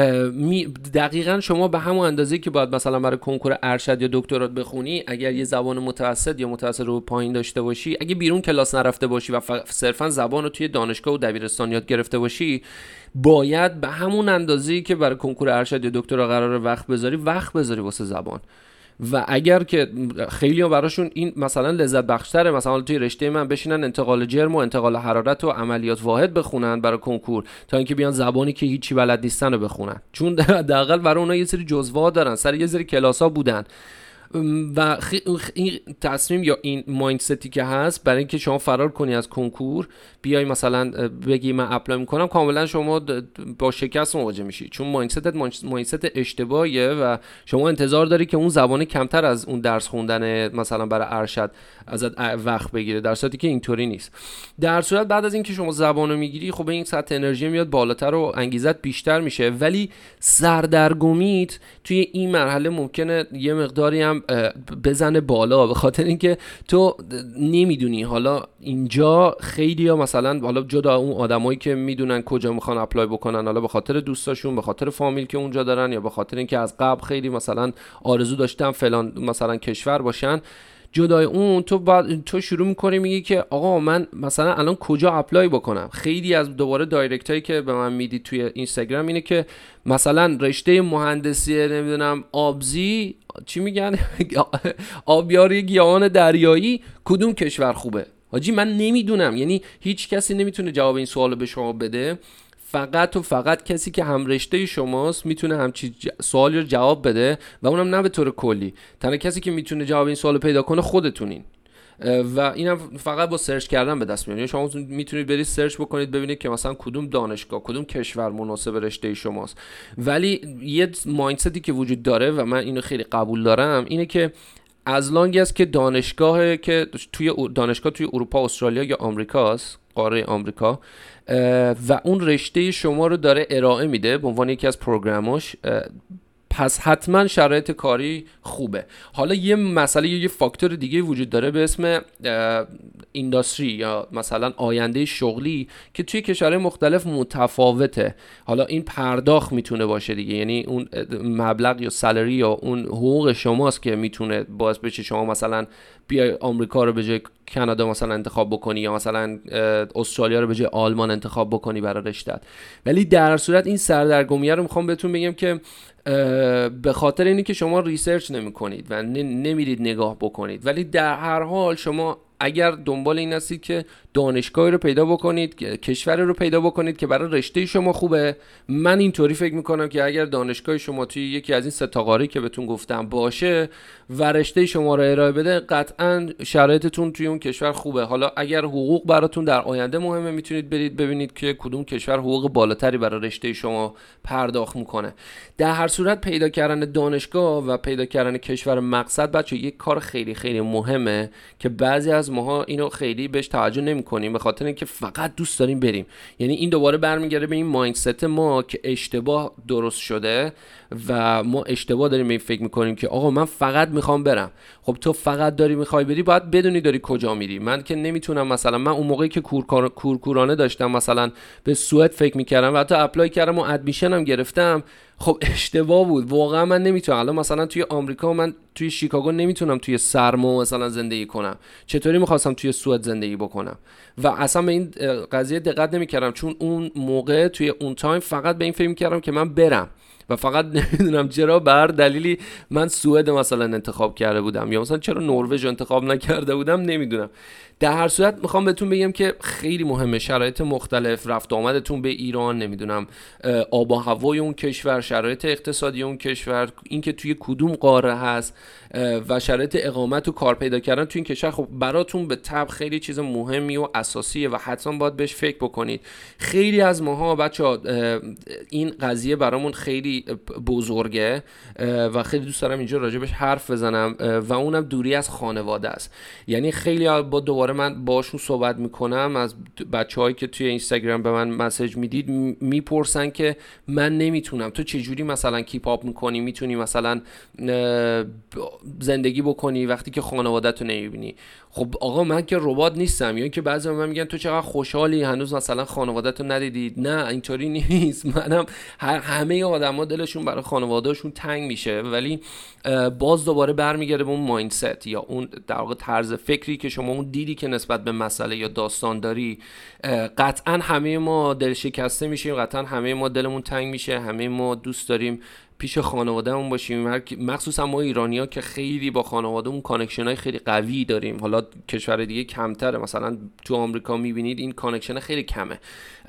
Speaker 1: دقیقاً شما به همون اندازه‌ای که باید مثلا برای کنکور ارشد یا دکترات بخونی، اگر یه زبان متوسط یا متوسط رو پایین داشته باشی، اگه بیرون کلاس نرفته باشی و صرفا زبان رو توی دانشگاه و دبیرستان یاد گرفته باشی، باید به همون اندازه‌ای که برای کنکور ارشد یا دکترا قراره وقت بذاری واسه زبان. و اگر که خیلی ها براشون این مثلا لذت بخشتره، مثلا توی رشته من بشینن انتقال جرم و انتقال حرارت و عملیات واحد بخونن برای کنکور تا اینکه بیان زبانی که هیچی بلد نیستن رو بخونن، چون حداقل برای اونها یه سری جزوه‌ها دارن، سر یه سری کلاس‌ها بودن. و این تصمیم یا این مایندستی که هست برای اینکه شما فرار کنی از کنکور، بیای مثلا بگی من اپلای میکنم، کاملا شما با شکست مواجه میشی، چون مایندست اشتباهیه و شما انتظار داری که اون زبان کمتر از اون درس خوندن مثلا برای ارشد ازت وقت بگیره، در صورتی که اینطوری نیست. در صورت بعد از اینکه شما زبانو میگیری، خب این سطح انرژی میاد بالاتر و انگیزت بیشتر میشه، ولی سردرگمیت توی این مرحله ممکنه یه مقداری هم بزنه بالا، به خاطر اینکه تو نمیدونی. حالا اینجا خیلی ها مثلا حالا جدا اون آدمایی که میدونن کجا میخوان اپلای بکنن، حالا به خاطر دوستاشون، به خاطر فامیل که اونجا دارن، یا به خاطر اینکه از قبل خیلی مثلا آرزو داشتن فلان مثلا کشور باشن، جدای اون تو شروع میکنی میگی که آقا من مثلا الان کجا اپلای بکنم. خیلی از دوباره دایرکت هایی که به من میدی توی اینستاگرام اینه که مثلا رشته مهندسی نمیدونم آبزی چی میگن آبیاری گیاهان دریایی کدوم کشور خوبه. حاجی من نمیدونم، یعنی هیچ کسی نمیتونه جواب این سوالو به شما بده، فقط کسی که هم رشته شماست میتونه همچین سوالی رو جواب بده، و اونم نه به طور کلی. تنها کسی که میتونه جواب این سوالو پیدا کنه خودتونین، و اینم فقط با سرچ کردن به دست میاد. یعنی شما میتونید برید سرچ بکنید ببینید که مثلا کدوم دانشگاه کدوم کشور مناسب رشته شماست. ولی یه مایندستی که وجود داره و من اینو خیلی قبول دارم اینه که از لانگ است که دانشگاه توی اروپا، استرالیا یا آمریکاست، قاره آمریکا، و اون رشته شما رو داره ارائه میده به عنوان یکی از پروگراماش، پس حتما شرایط کاری خوبه. حالا یه مسئله یه فاکتور دیگه وجود داره به اسم اینداستری یا مثلا آینده شغلی که توی کشورهای مختلف متفاوته. حالا این پرداخت میتونه باشه دیگه، یعنی اون مبلغ یا سالری یا اون حقوق شماست که میتونه باعث بشه شما مثلا بیای آمریکا رو به جای کانادا مثلا انتخاب بکنی، یا مثلا استرالیا رو به جای آلمان انتخاب بکنی برای رشته‌ات. ولی در صورت این سردرگمیه رو میخوام بهتون بگم که به خاطر اینی که شما ریسرچ نمی کنید و نمیرید نگاه بکنید، ولی در هر حال شما اگر دنبال این هستید که دانشگاهی رو پیدا بکنید، کشوری رو پیدا بکنید که برای رشته شما خوبه، من اینطوری فکر میکنم که اگر دانشگاه شما توی یکی از این سه تا قاره که بهتون گفتم باشه و رشته شما رو ارائه بده، قطعاً شرایطتون توی اون کشور خوبه. حالا اگر حقوق براتون در آینده مهمه، میتونید برید ببینید که کدوم کشور حقوق بالاتری برای رشته شما پرداخت میکنه. در هر صورت پیدا کردن دانشگاه و پیدا کردن کشور مقصد بچه یک کار خیلی خیلی مهمه که بعضی از ماها اینو خیلی بهش توجه نمی‌کنیم، به خاطر اینکه فقط دوست داریم بریم. یعنی این دوباره برمیگرده به این مایندست ما که اشتباه درست شده و ما اشتباه داریم این فکر می‌کنیم که آقا من فقط میخوام برم. خب تو فقط داری میخوای بری، باید بدونی داری کجا میری. من که نمیتونم مثلا، من اون موقعی که کورکورانه داشتم مثلا به سوئد فکر می‌کردم و حتی اپلای کردم و ادمیشنم گرفتم، خب اشتباه بود واقعا. من نمیتونم الان مثلا توی آمریکا، من توی شیکاگو نمیتونم توی سرما مثلا زندگی کنم، چطوری میخواستم توی سوئد زندگی بکنم؟ و اصلا به این قضیه دقت نمیکردم، چون اون موقع توی اون تایم فقط به این فکر میکردم که من برم و فقط نمیدونم چرا به هر دلیلی من سوئد مثلا انتخاب کرده بودم یا مثلا چرا نروژ انتخاب نکرده بودم، نمیدونم. در هر صورت میخوام بهتون بگم که خیلی مهمه شرایط مختلف، رفت آمدتون به ایران، نمیدونم آب و هوای اون کشور، شرایط اقتصادی اون کشور، اینکه توی کدوم قاره هست و شرایط اقامت و کار پیدا کردن توی این کشور، خب براتون به طبع خیلی چیز مهمی و اساسیه و حتما باید بهش فکر بکنید. خیلی از ماها بچه‌ها این قضیه برامون خیلی خیلی بزرگه و خیلی دوست دارم اینجا راجبش حرف بزنم و اونم دوری از خانواده است. یعنی خیلی با دوباره من باشون صحبت میکنم، از بچه‌هایی که توی اینستاگرام به من مسیج میدید میپرسن که من نمیتونم، تو چجوری مثلا کیپ آپ میکنی، میتونی مثلا زندگی بکنی وقتی که خانواده‌تو نمیبینی؟ خب آقا من که ربات نیستم. یا که بعضی من میگن تو چقدر خوشحالی هنوز مثلا خانواده‌تو ندیدید. نه اینطوری نیست. منم همه آدما دلشون برای خانواده‌شون تنگ میشه، ولی باز دوباره برمیگرده به اون مایندست یا اون در واقع طرز فکری که شما، اون دیدی که نسبت به مسئله یا داستان داری. قطعا همه ما دل شکسته میشیم، قطعا همه ما دلمون تنگ میشه، همه ما دوست داریم پیش خانوادهمون باشیم، مخصوصا ما ایرانی‌ها که خیلی با خانوادهمون کانکشن‌های خیلی قوی داریم. حالا کشور دیگه کمتره، مثلا تو آمریکا می‌بینید این کانکشن خیلی کمه.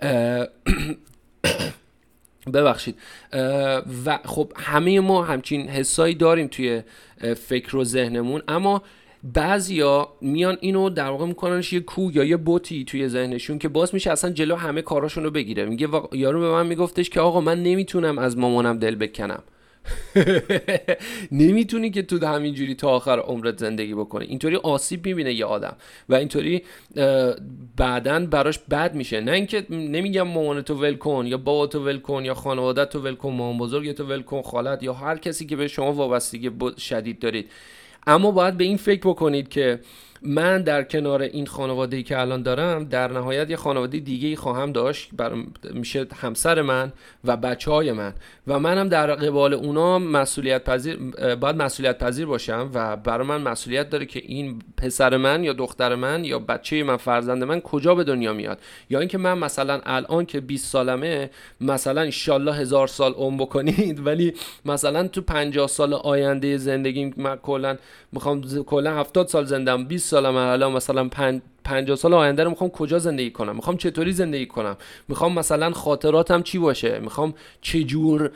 Speaker 1: ببخشید. و خب همه ما همچین حسایی داریم توی فکر و ذهنمون، اما بعضیا میان اینو در واقع میکننش یه کو یا یه بوتی توی ذهنشون که باعث میشه اصلا جلو همه کاراشون رو بگیره. میگه یارو به من میگفتش که آقا من نمیتونم از مامانم دل بکنم. نمیتونی که تو همینجوری تا آخر عمرت زندگی بکنی. اینطوری آسیب میبینه یه آدم و اینطوری بعدن براش بد میشه. نه اینکه نمیگم مامانتو ول کن یا باباتو ول کن یا خانواده‌تو ول کن، مامان بزرگتو ول کن، خالت یا هر کسی که به شما وابستگی شدید دارید، اما باید به این فکر بکنید که من در کنار این خانواده‌ای که الان دارم در نهایت یه خانواده دیگه‌ای خواهم داشت، میشه همسر من و بچه‌های من، و منم در قبال اونا باید مسئولیت پذیر باشم و برای من مسئولیت داره که این پسر من یا دختر من یا بچه من، فرزند من کجا به دنیا میاد. یا اینکه من مثلا الان که 20 سالمه، مثلا ان شاءالله 1000 سال عمر بکنید، ولی مثلا تو 50 سال آینده زندگیم من میخوام 70 سال زندم، 20 سالم الان، مثلا 50 سال آینده رو میخوام کجا زندگی کنم، میخوام چطوری زندگی کنم، میخوام مثلا خاطراتم چی باشه، میخوام چه جور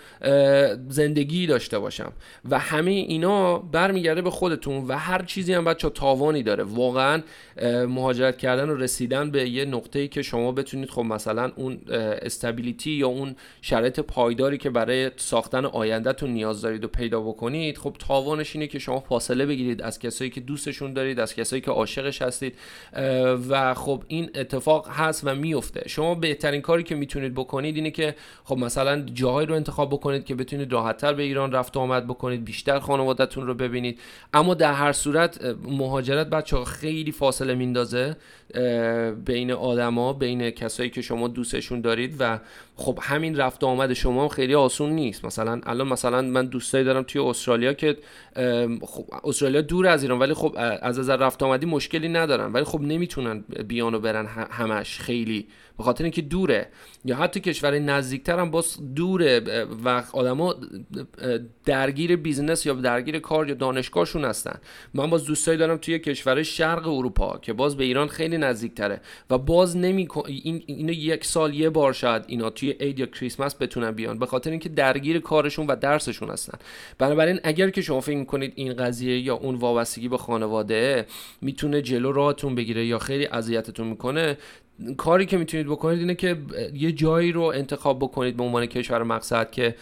Speaker 1: زندگی داشته باشم. و همه اینا برمیگرده به خودتون و هر چیزی هم بچا تاوانی داره. واقعا مهاجرت کردن و رسیدن به یه نقطه‌ای که شما بتونید خب مثلا اون استابیلیتی یا اون شرایط پایداری که برای ساختن آیندهتون نیاز دارید و پیدا بکنید، خب تاوانش اینه که شما فاصله بگیرید از کسایی که دوستشون دارید، از کسایی که عاشقش هستید، و خب این اتفاق هست و میفته. شما بهترین کاری که میتونید بکنید اینه که خب مثلا جاهایی رو انتخاب بکنید که بتونید راحت‌تر به ایران رفت و آمد بکنید، بیشتر خانواده‌تون رو ببینید. اما در هر صورت مهاجرت بچه‌ها خیلی فاصله میندازه بین آدما، بین کسایی که شما دوستشون دارید، و خب همین رفت و آمد شما خیلی آسون نیست. مثلا الان من دوستایی دارم توی استرالیا که خب استرالیا دور از ایران، ولی خب از نظر رفت و آمدی مشکلی ندارن، ولی خب نمیتونن بیان و برن همش، خیلی به خاطر اینکه دوره. یا حتی کشور نزدیکتر هم باز دوره و آدما درگیر بیزنس یا درگیر کار یا دانشگاهشون هستن. من باز دوستایی دارم توی کشور شرق اروپا که باز به ایران خیلی نزدیکتره و باز اینو یک سال یه بار شاید اینا توی عید یا کریسمس بتونن بیان، به خاطر اینکه درگیر کارشون و درسشون هستن. بنابراین اگر که شما فکر میکنید این قضیه یا اون وابستگی به خانواده میتونه جلو راهتون بگیره یا خیلی اذیتتون میکنه، کاری که میتونید بکنید اینه که یه جایی رو انتخاب بکنید به عنوان کشور مقصد که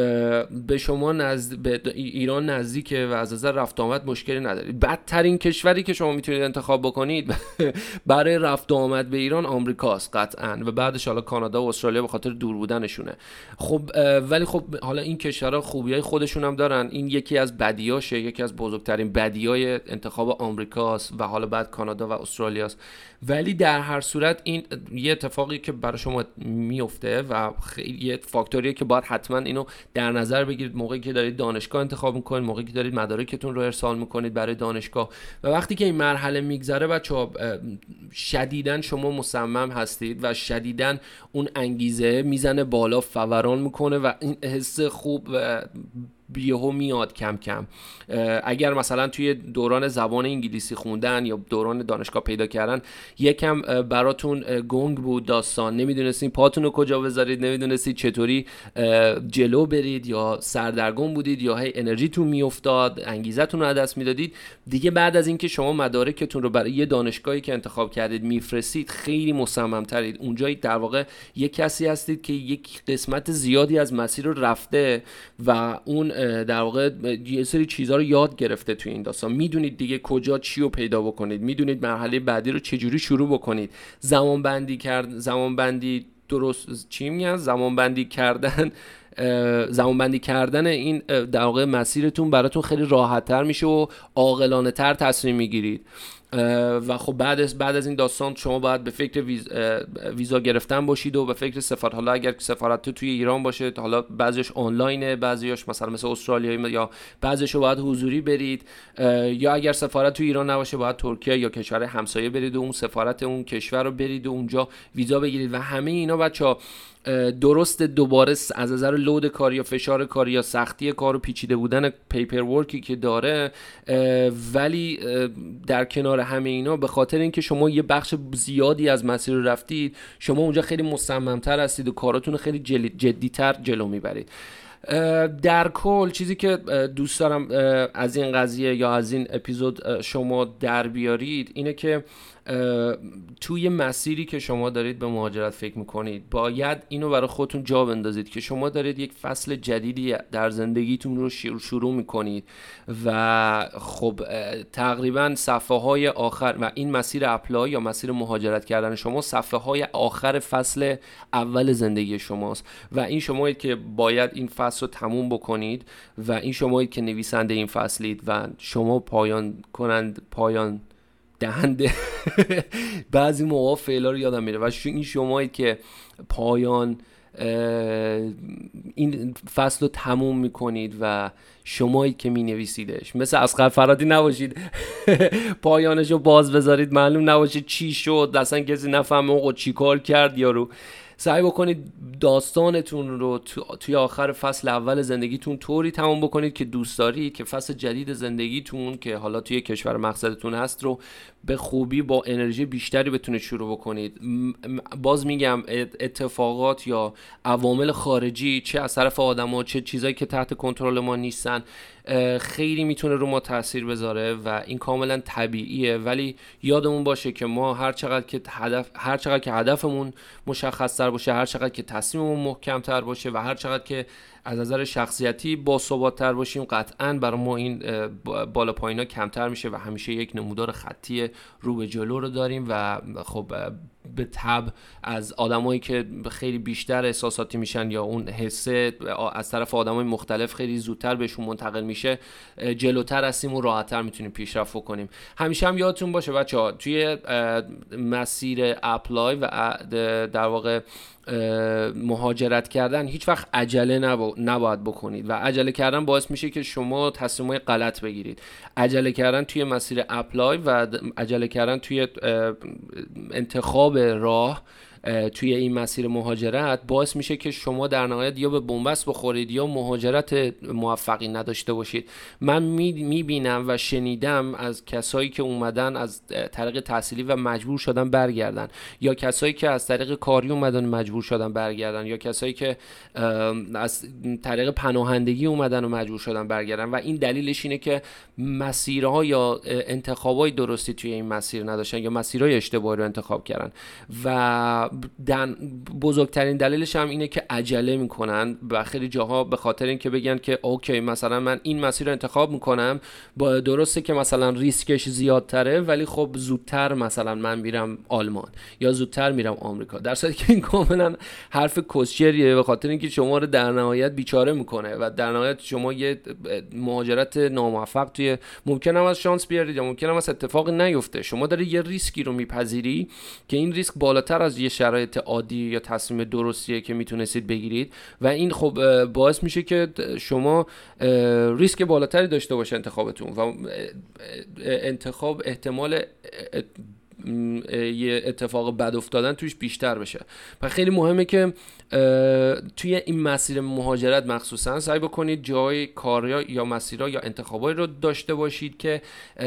Speaker 1: به شما به ایران نزدیکه و از نظر رفت آمد مشکلی ندارید. بدترین کشوری که شما میتونید انتخاب بکنید برای رفت آمد به ایران آمریکاست قطعاً، و بعدش حالا کانادا و استرالیا به خاطر دور بودنشونه. خب ولی خب حالا این کشورها خوبیای خودشون هم دارن. این یکی از بدیاشه، یکی از بزرگترین بدیای انتخاب آمریکاست و حالا بعد کانادا و استرالیاست. ولی در هر صورت این یه اتفاقی که برای شما میفته و خیلی یه فاکتوریه که باید حتما اینو در نظر بگیرید موقعی که دارید دانشگاه انتخاب میکنید، موقعی که دارید مدارکتون رو ارسال میکنید برای دانشگاه. و وقتی که این مرحله میگذره بچه‌ها، شدیداً شما مصمم هستید و شدیداً اون انگیزه میزنه بالا، فوران میکنه و این حس خوب بیهو میاد کم کم. اگر مثلا توی دوران زبان انگلیسی خوندن یا دوران دانشگاه پیدا کردن یکم براتون گنگ بود داستان، نمیدونستین پاتون رو کجا بذارید، نمیدونستید چطوری جلو برید یا سردرگم بودید یا هی انرژیتون میافتاد، انگیزتون رو از دست میدادید، دیگه بعد از اینکه شما مدارکتون رو برای یه دانشگاهی که انتخاب کردید میفرستید خیلی مصمم‌ترید. اونجا در واقع یک کسی هستید که یک قسمت زیادی از مسیر رو رفته و اون در واقع یه سری چیزها رو یاد گرفته توی این داستان. میدونید دیگه کجا چی رو پیدا بکنید، میدونید مرحله بعدی رو چجوری شروع بکنید. زمانبندی کردن این در واقع مسیرتون براتون خیلی راحت‌تر میشه و عاقلانه‌تر تصمیم میگیرید. و خب بعد از این داستان شما باید به فکر ویزا گرفتن باشید و به فکر سفارت. حالا اگر سفارت توی ایران باشه، حالا بعضیش آنلاینه، بعضیش مثلا مثل استرالیا، یا بعضیش رو باید حضوری برید، یا اگر سفارت توی ایران نباشه باید ترکیه یا کشور همسایه برید و اون سفارت اون کشور رو برید و اونجا ویزا بگیرید. و همه اینا بچه‌ها درست دوباره از نظر لود کاری یا فشار کاری یا سختی کار و پیچیده بودن پیپر ورکی که داره، ولی در کنار همه اینا به خاطر اینکه شما یه بخش زیادی از مسیر رو رفتید، شما اونجا خیلی مصمم‌تر هستید و کاراتون رو خیلی جدی‌تر جلو میبرید. در کل چیزی که دوست دارم از این قضیه یا از این اپیزود شما در بیارید اینه که توی مسیری که شما دارید به مهاجرت فکر میکنید باید اینو برای خودتون جا بندازید که شما دارید یک فصل جدیدی در زندگیتون رو شروع میکنید و خب تقریبا صفحه های آخر و این مسیر اپلای یا مسیر مهاجرت کردن شما صفحه های آخر فصل اول زندگی شماست و این شمایید که باید این فصل رو تموم بکنید و این شمایید که نویسنده این فصلید و شما پایان دهنده بعضی موقع فعلا رو یادم میره و این شمایید که پایان این فصل رو تموم میکنید و شمایید که مینویسیدش. مثل اصغر فرهادی نباشید پایانش رو باز بذارید معلوم نباشه چی شد، اصلا کسی نفهمه آقا چی کار کرد یارو. سعی بکنید داستانتون رو توی آخر فصل اول زندگیتون طوری تمام بکنید که دوست دارید که فصل جدید زندگیتون که حالا توی کشور مقصدتون هست رو به خوبی با انرژی بیشتری بتونید شروع بکنید. باز میگم اتفاقات یا عوامل خارجی چه از طرف آدم‌ها چه چیزایی که تحت کنترل ما نیستن خیلی میتونه رو ما تاثیر بذاره و این کاملا طبیعیه، ولی یادمون باشه که ما هر چقدر که هدفمون مشخص‌تر باشه، هر چقدر که تصمیممون محکم‌تر باشه و هر چقدر که از نظر شخصیتی باثبات‌تر باشیم قطعاً برای ما این بالا پایینا کمتر میشه و همیشه یک نمودار خطی رو به جلو رو داریم و خب به طبع از آدمایی که خیلی بیشتر احساساتی میشن یا اون حسه از طرف آدمای مختلف خیلی زودتر بهشون منتقل میشه جلوتر هستیم و راحت‌تر میتونیم پیشرفت کنیم. همیشه هم یادتون باشه بچه‌ها توی مسیر اپلای و در واقع مهاجرت کردن هیچ وقت عجله نباید بکنید و عجله کردن باعث میشه که شما تصمیمای غلط بگیرید. عجله کردن توی مسیر اپلای و عجله کردن توی انتخاب راه توی این مسیر مهاجرت باعث میشه که شما در نهایت یا به بنبست بخورید یا مهاجرت موفقی نداشته باشید. من میبینم و شنیدم از کسایی که اومدن از طریق تحصیلی و مجبور شدن برگردن، یا کسایی که از طریق کاری اومدن مجبور شدن برگردن، یا کسایی که از طریق پناهندگی اومدن و مجبور شدن برگردن و این دلیلش اینه که مسیرها یا انتخابای درستی توی این مسیر نداشتن یا مسیرهای اشتباهی رو انتخاب کردن و بزرگترین دلیلش هم اینه که عجله میکنن و خیلی جاها به خاطر اینکه بگن که اوکی مثلا من این مسیر رو انتخاب میکنم، با درسته که مثلا ریسکش زیادتره ولی خب زودتر مثلا من میرم آلمان یا زودتر میرم آمریکا، در صورتی که این کاملا حرف کسچریه به خاطر اینکه شما رو در نهایت بیچاره میکنه و در نهایت شما یه مهاجرت ناموفق توی ممکنه از شانس بیارید یا ممکنه از اتفاق نیفته. شما داری یه ریسکی رو میپذیری که این ریسک بالاتر از یه شرایط عادی یا تصمیم درستیه که میتونستید بگیرید و این خب باعث میشه که شما ریسک بالاتری داشته باشه انتخابتون و انتخاب احتمال یه اتفاق بد افتادن توش بیشتر بشه. و خیلی مهمه که توی این مسیر مهاجرت مخصوصا سعی بکنید جای کاریا یا مسیرها یا انتخابایی رو داشته باشید که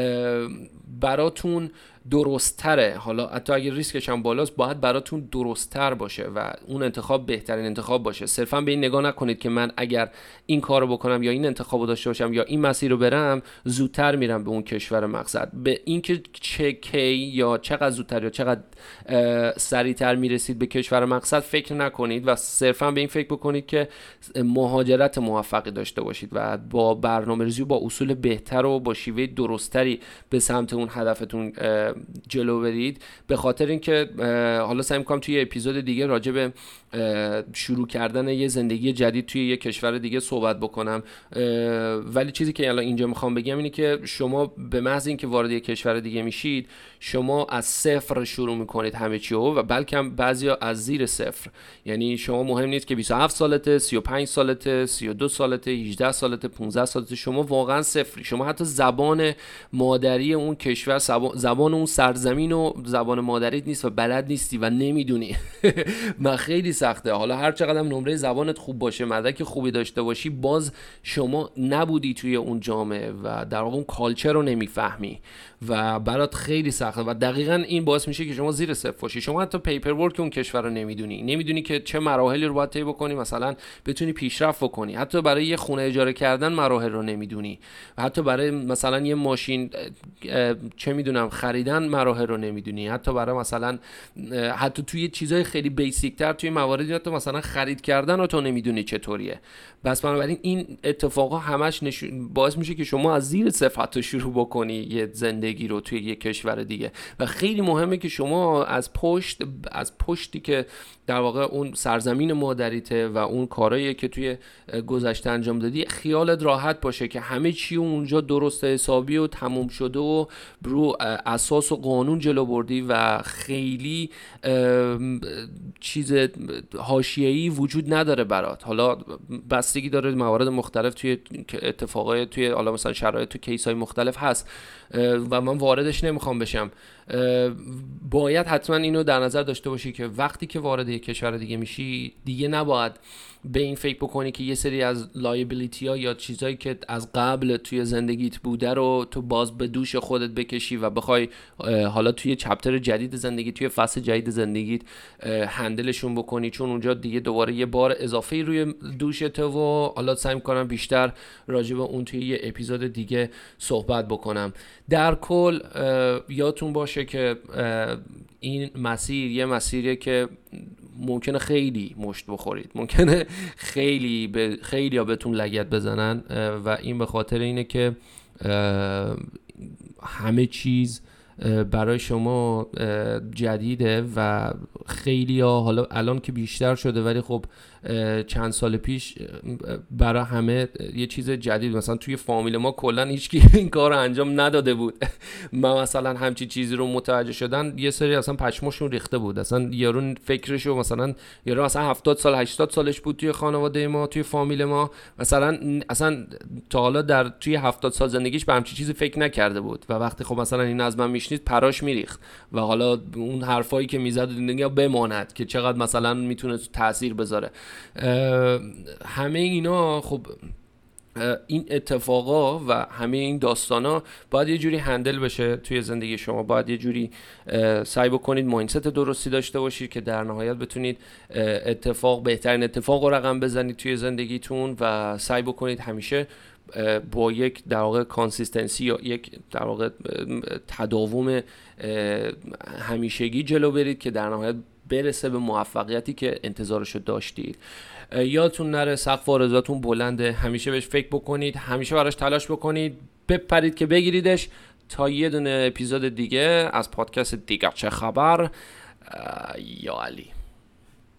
Speaker 1: براتون درست‌تره. حالا حتی اگه ریسکش هم بالاست باید براتون درست‌تر باشه و اون انتخاب بهترین انتخاب باشه. صرفا به این نگاه نکنید که من اگر این کارو بکنم یا این انتخابو داشته باشم یا این مسیر رو برم زودتر میرم به اون کشور مقصد. به اینکه چه کی یا چقدر زودتر یا چقدر سریعتر میرسید به کشور مقصد فکر نکنید و صرفا به این فکر بکنید که مهاجرت موفقی داشته باشید و با برنامه‌ریزی و با اصول بهتر و با شیوه درستری به سمت اون هدفتون جلو برید. به خاطر اینکه حالا سعی می‌کنم توی اپیزود دیگه راجع به شروع کردن یه زندگی جدید توی یه کشور دیگه صحبت بکنم، ولی چیزی که الان اینجا میخوام بگم اینه که شما به محض اینکه وارد یه کشور دیگه میشید شما از صفر شروع میکنید همه چی و بلکه بعضیا از زیر صفر. یعنی شما مهم نیست که 27 سالته، 35 سالته، 32 سالته، 18 سالته، 15 سالته، شما واقعا صفری. شما حتی زبان مادری اون کشور، زبان اون سرزمین و زبان مادریت نیست و بلد نیستی و نمیدونی. من خیلی سخته. حالا هر چقدر هم نمره زبانت خوب باشه، مدرک خوبی داشته باشی، باز شما نبودی توی اون جامعه و در واقع اون کالچر رو نمیفهمی و برات خیلی سخته و دقیقاً این باعث میشه که شما زیر صفر باشی. شما حتی پیپر ورک اون کشور رو نمیدونی که چه مراحلی رو باید طی بکنی مثلا بتونی پیشرفت بکنی. حتی برای یه خونه اجاره کردن مراحل رو نمیدونی و حتی برای مثلا یه ماشین چه میدونم خریدن مراحل رو نمیدونی. حتی برای مثلا حتی توی چیزای خیلی بیسیک تر توی مواردی حتی مثلا خرید کردن رو تو نمیدونی چطوریه. بس بنابراین این اتفاقا همش باعث میشه که شما از زیر صفر حتی شروع بکنی یه زندگی رو توی یه کشور دیگه و خیلی مهمه که شما از پشتی که در واقع اون سرزمین مادریته و اون کارهایی که توی گذشته انجام دادی خیالت راحت باشه که همه چی اونجا درست حسابی و تموم شده و رو اساس و قانون جلو بردی و خیلی چیز حاشیه‌ای وجود نداره برات. حالا بستگی داره موارد مختلف توی اتفاقای توی حالا مثلا شرایط تو کیس‌های مختلف هست و من واردش نمیخوام بشم. باید حتما اینو در نظر داشته باشی که وقتی که وارد یک کشور دیگه میشی دیگه نباید به این فکر بکنی که یه سری از لایبیلیتی ها یا چیزایی که از قبل توی زندگیت بوده رو تو باز به دوش خودت بکشی و بخوای حالا توی چپتر جدید زندگی، توی فصل جدید زندگیت هندلشون بکنی، چون اونجا دیگه دوباره یه بار اضافه روی دوشته و حالا سعی می‌کنم بیشتر راجع به اون توی یه اپیزود دیگه صحبت بکنم. در کل یادتون باشه که این مسیر یه مسیریه که ممکنه خیلی مشت بخورید، ممکنه خیلی ها بهتون لگد بزنن و این به خاطر اینه که همه چیز برای شما جدیده و خیلی ها حالا الان که بیشتر شده ولی خب چند سال پیش برای همه یه چیز جدید. مثلا توی فامیل ما کلا هیچکی این کار رو انجام نداده بود. من مثلا همچی چیزی رو متوجه شدن یه سری اصلا پشماشون ریخته بود. اصلا یارو فکرشو مثلا یارو مثلا 70 سال 80 سالش بود توی خانواده ما، توی فامیل ما، مثلا اصلا تا حالا توی 70 سال زندگیش به همچی چیزی فکر نکرده بود و وقتی خب مثلا این از من میشنید پراش میریخت و حالا اون حرفایی که میزد دیگه بماند که چقدر مثلا میتونه تاثیر بذاره. همه اینا خب این اتفاقا و همه این داستانا باید یه جوری هندل بشه توی زندگی شما. باید یه جوری سعی بکنید مایندست درستی داشته باشید که در نهایت بتونید بهترین اتفاق رو رقم بزنید توی زندگیتون و سعی بکنید همیشه با یک در واقع کانسیستنسی یا یک در واقع تداوم همیشگی جلو برید که در نهایت برسه به موفقیتی که انتظارشو داشتید. یادتون نره سقف آرزوهاتون بلنده، همیشه بهش فکر بکنید، همیشه براش تلاش بکنید، بپرید که بگیریدش. تا یه دونه اپیزود دیگه از پادکست دیگر چه خبر. یا علی.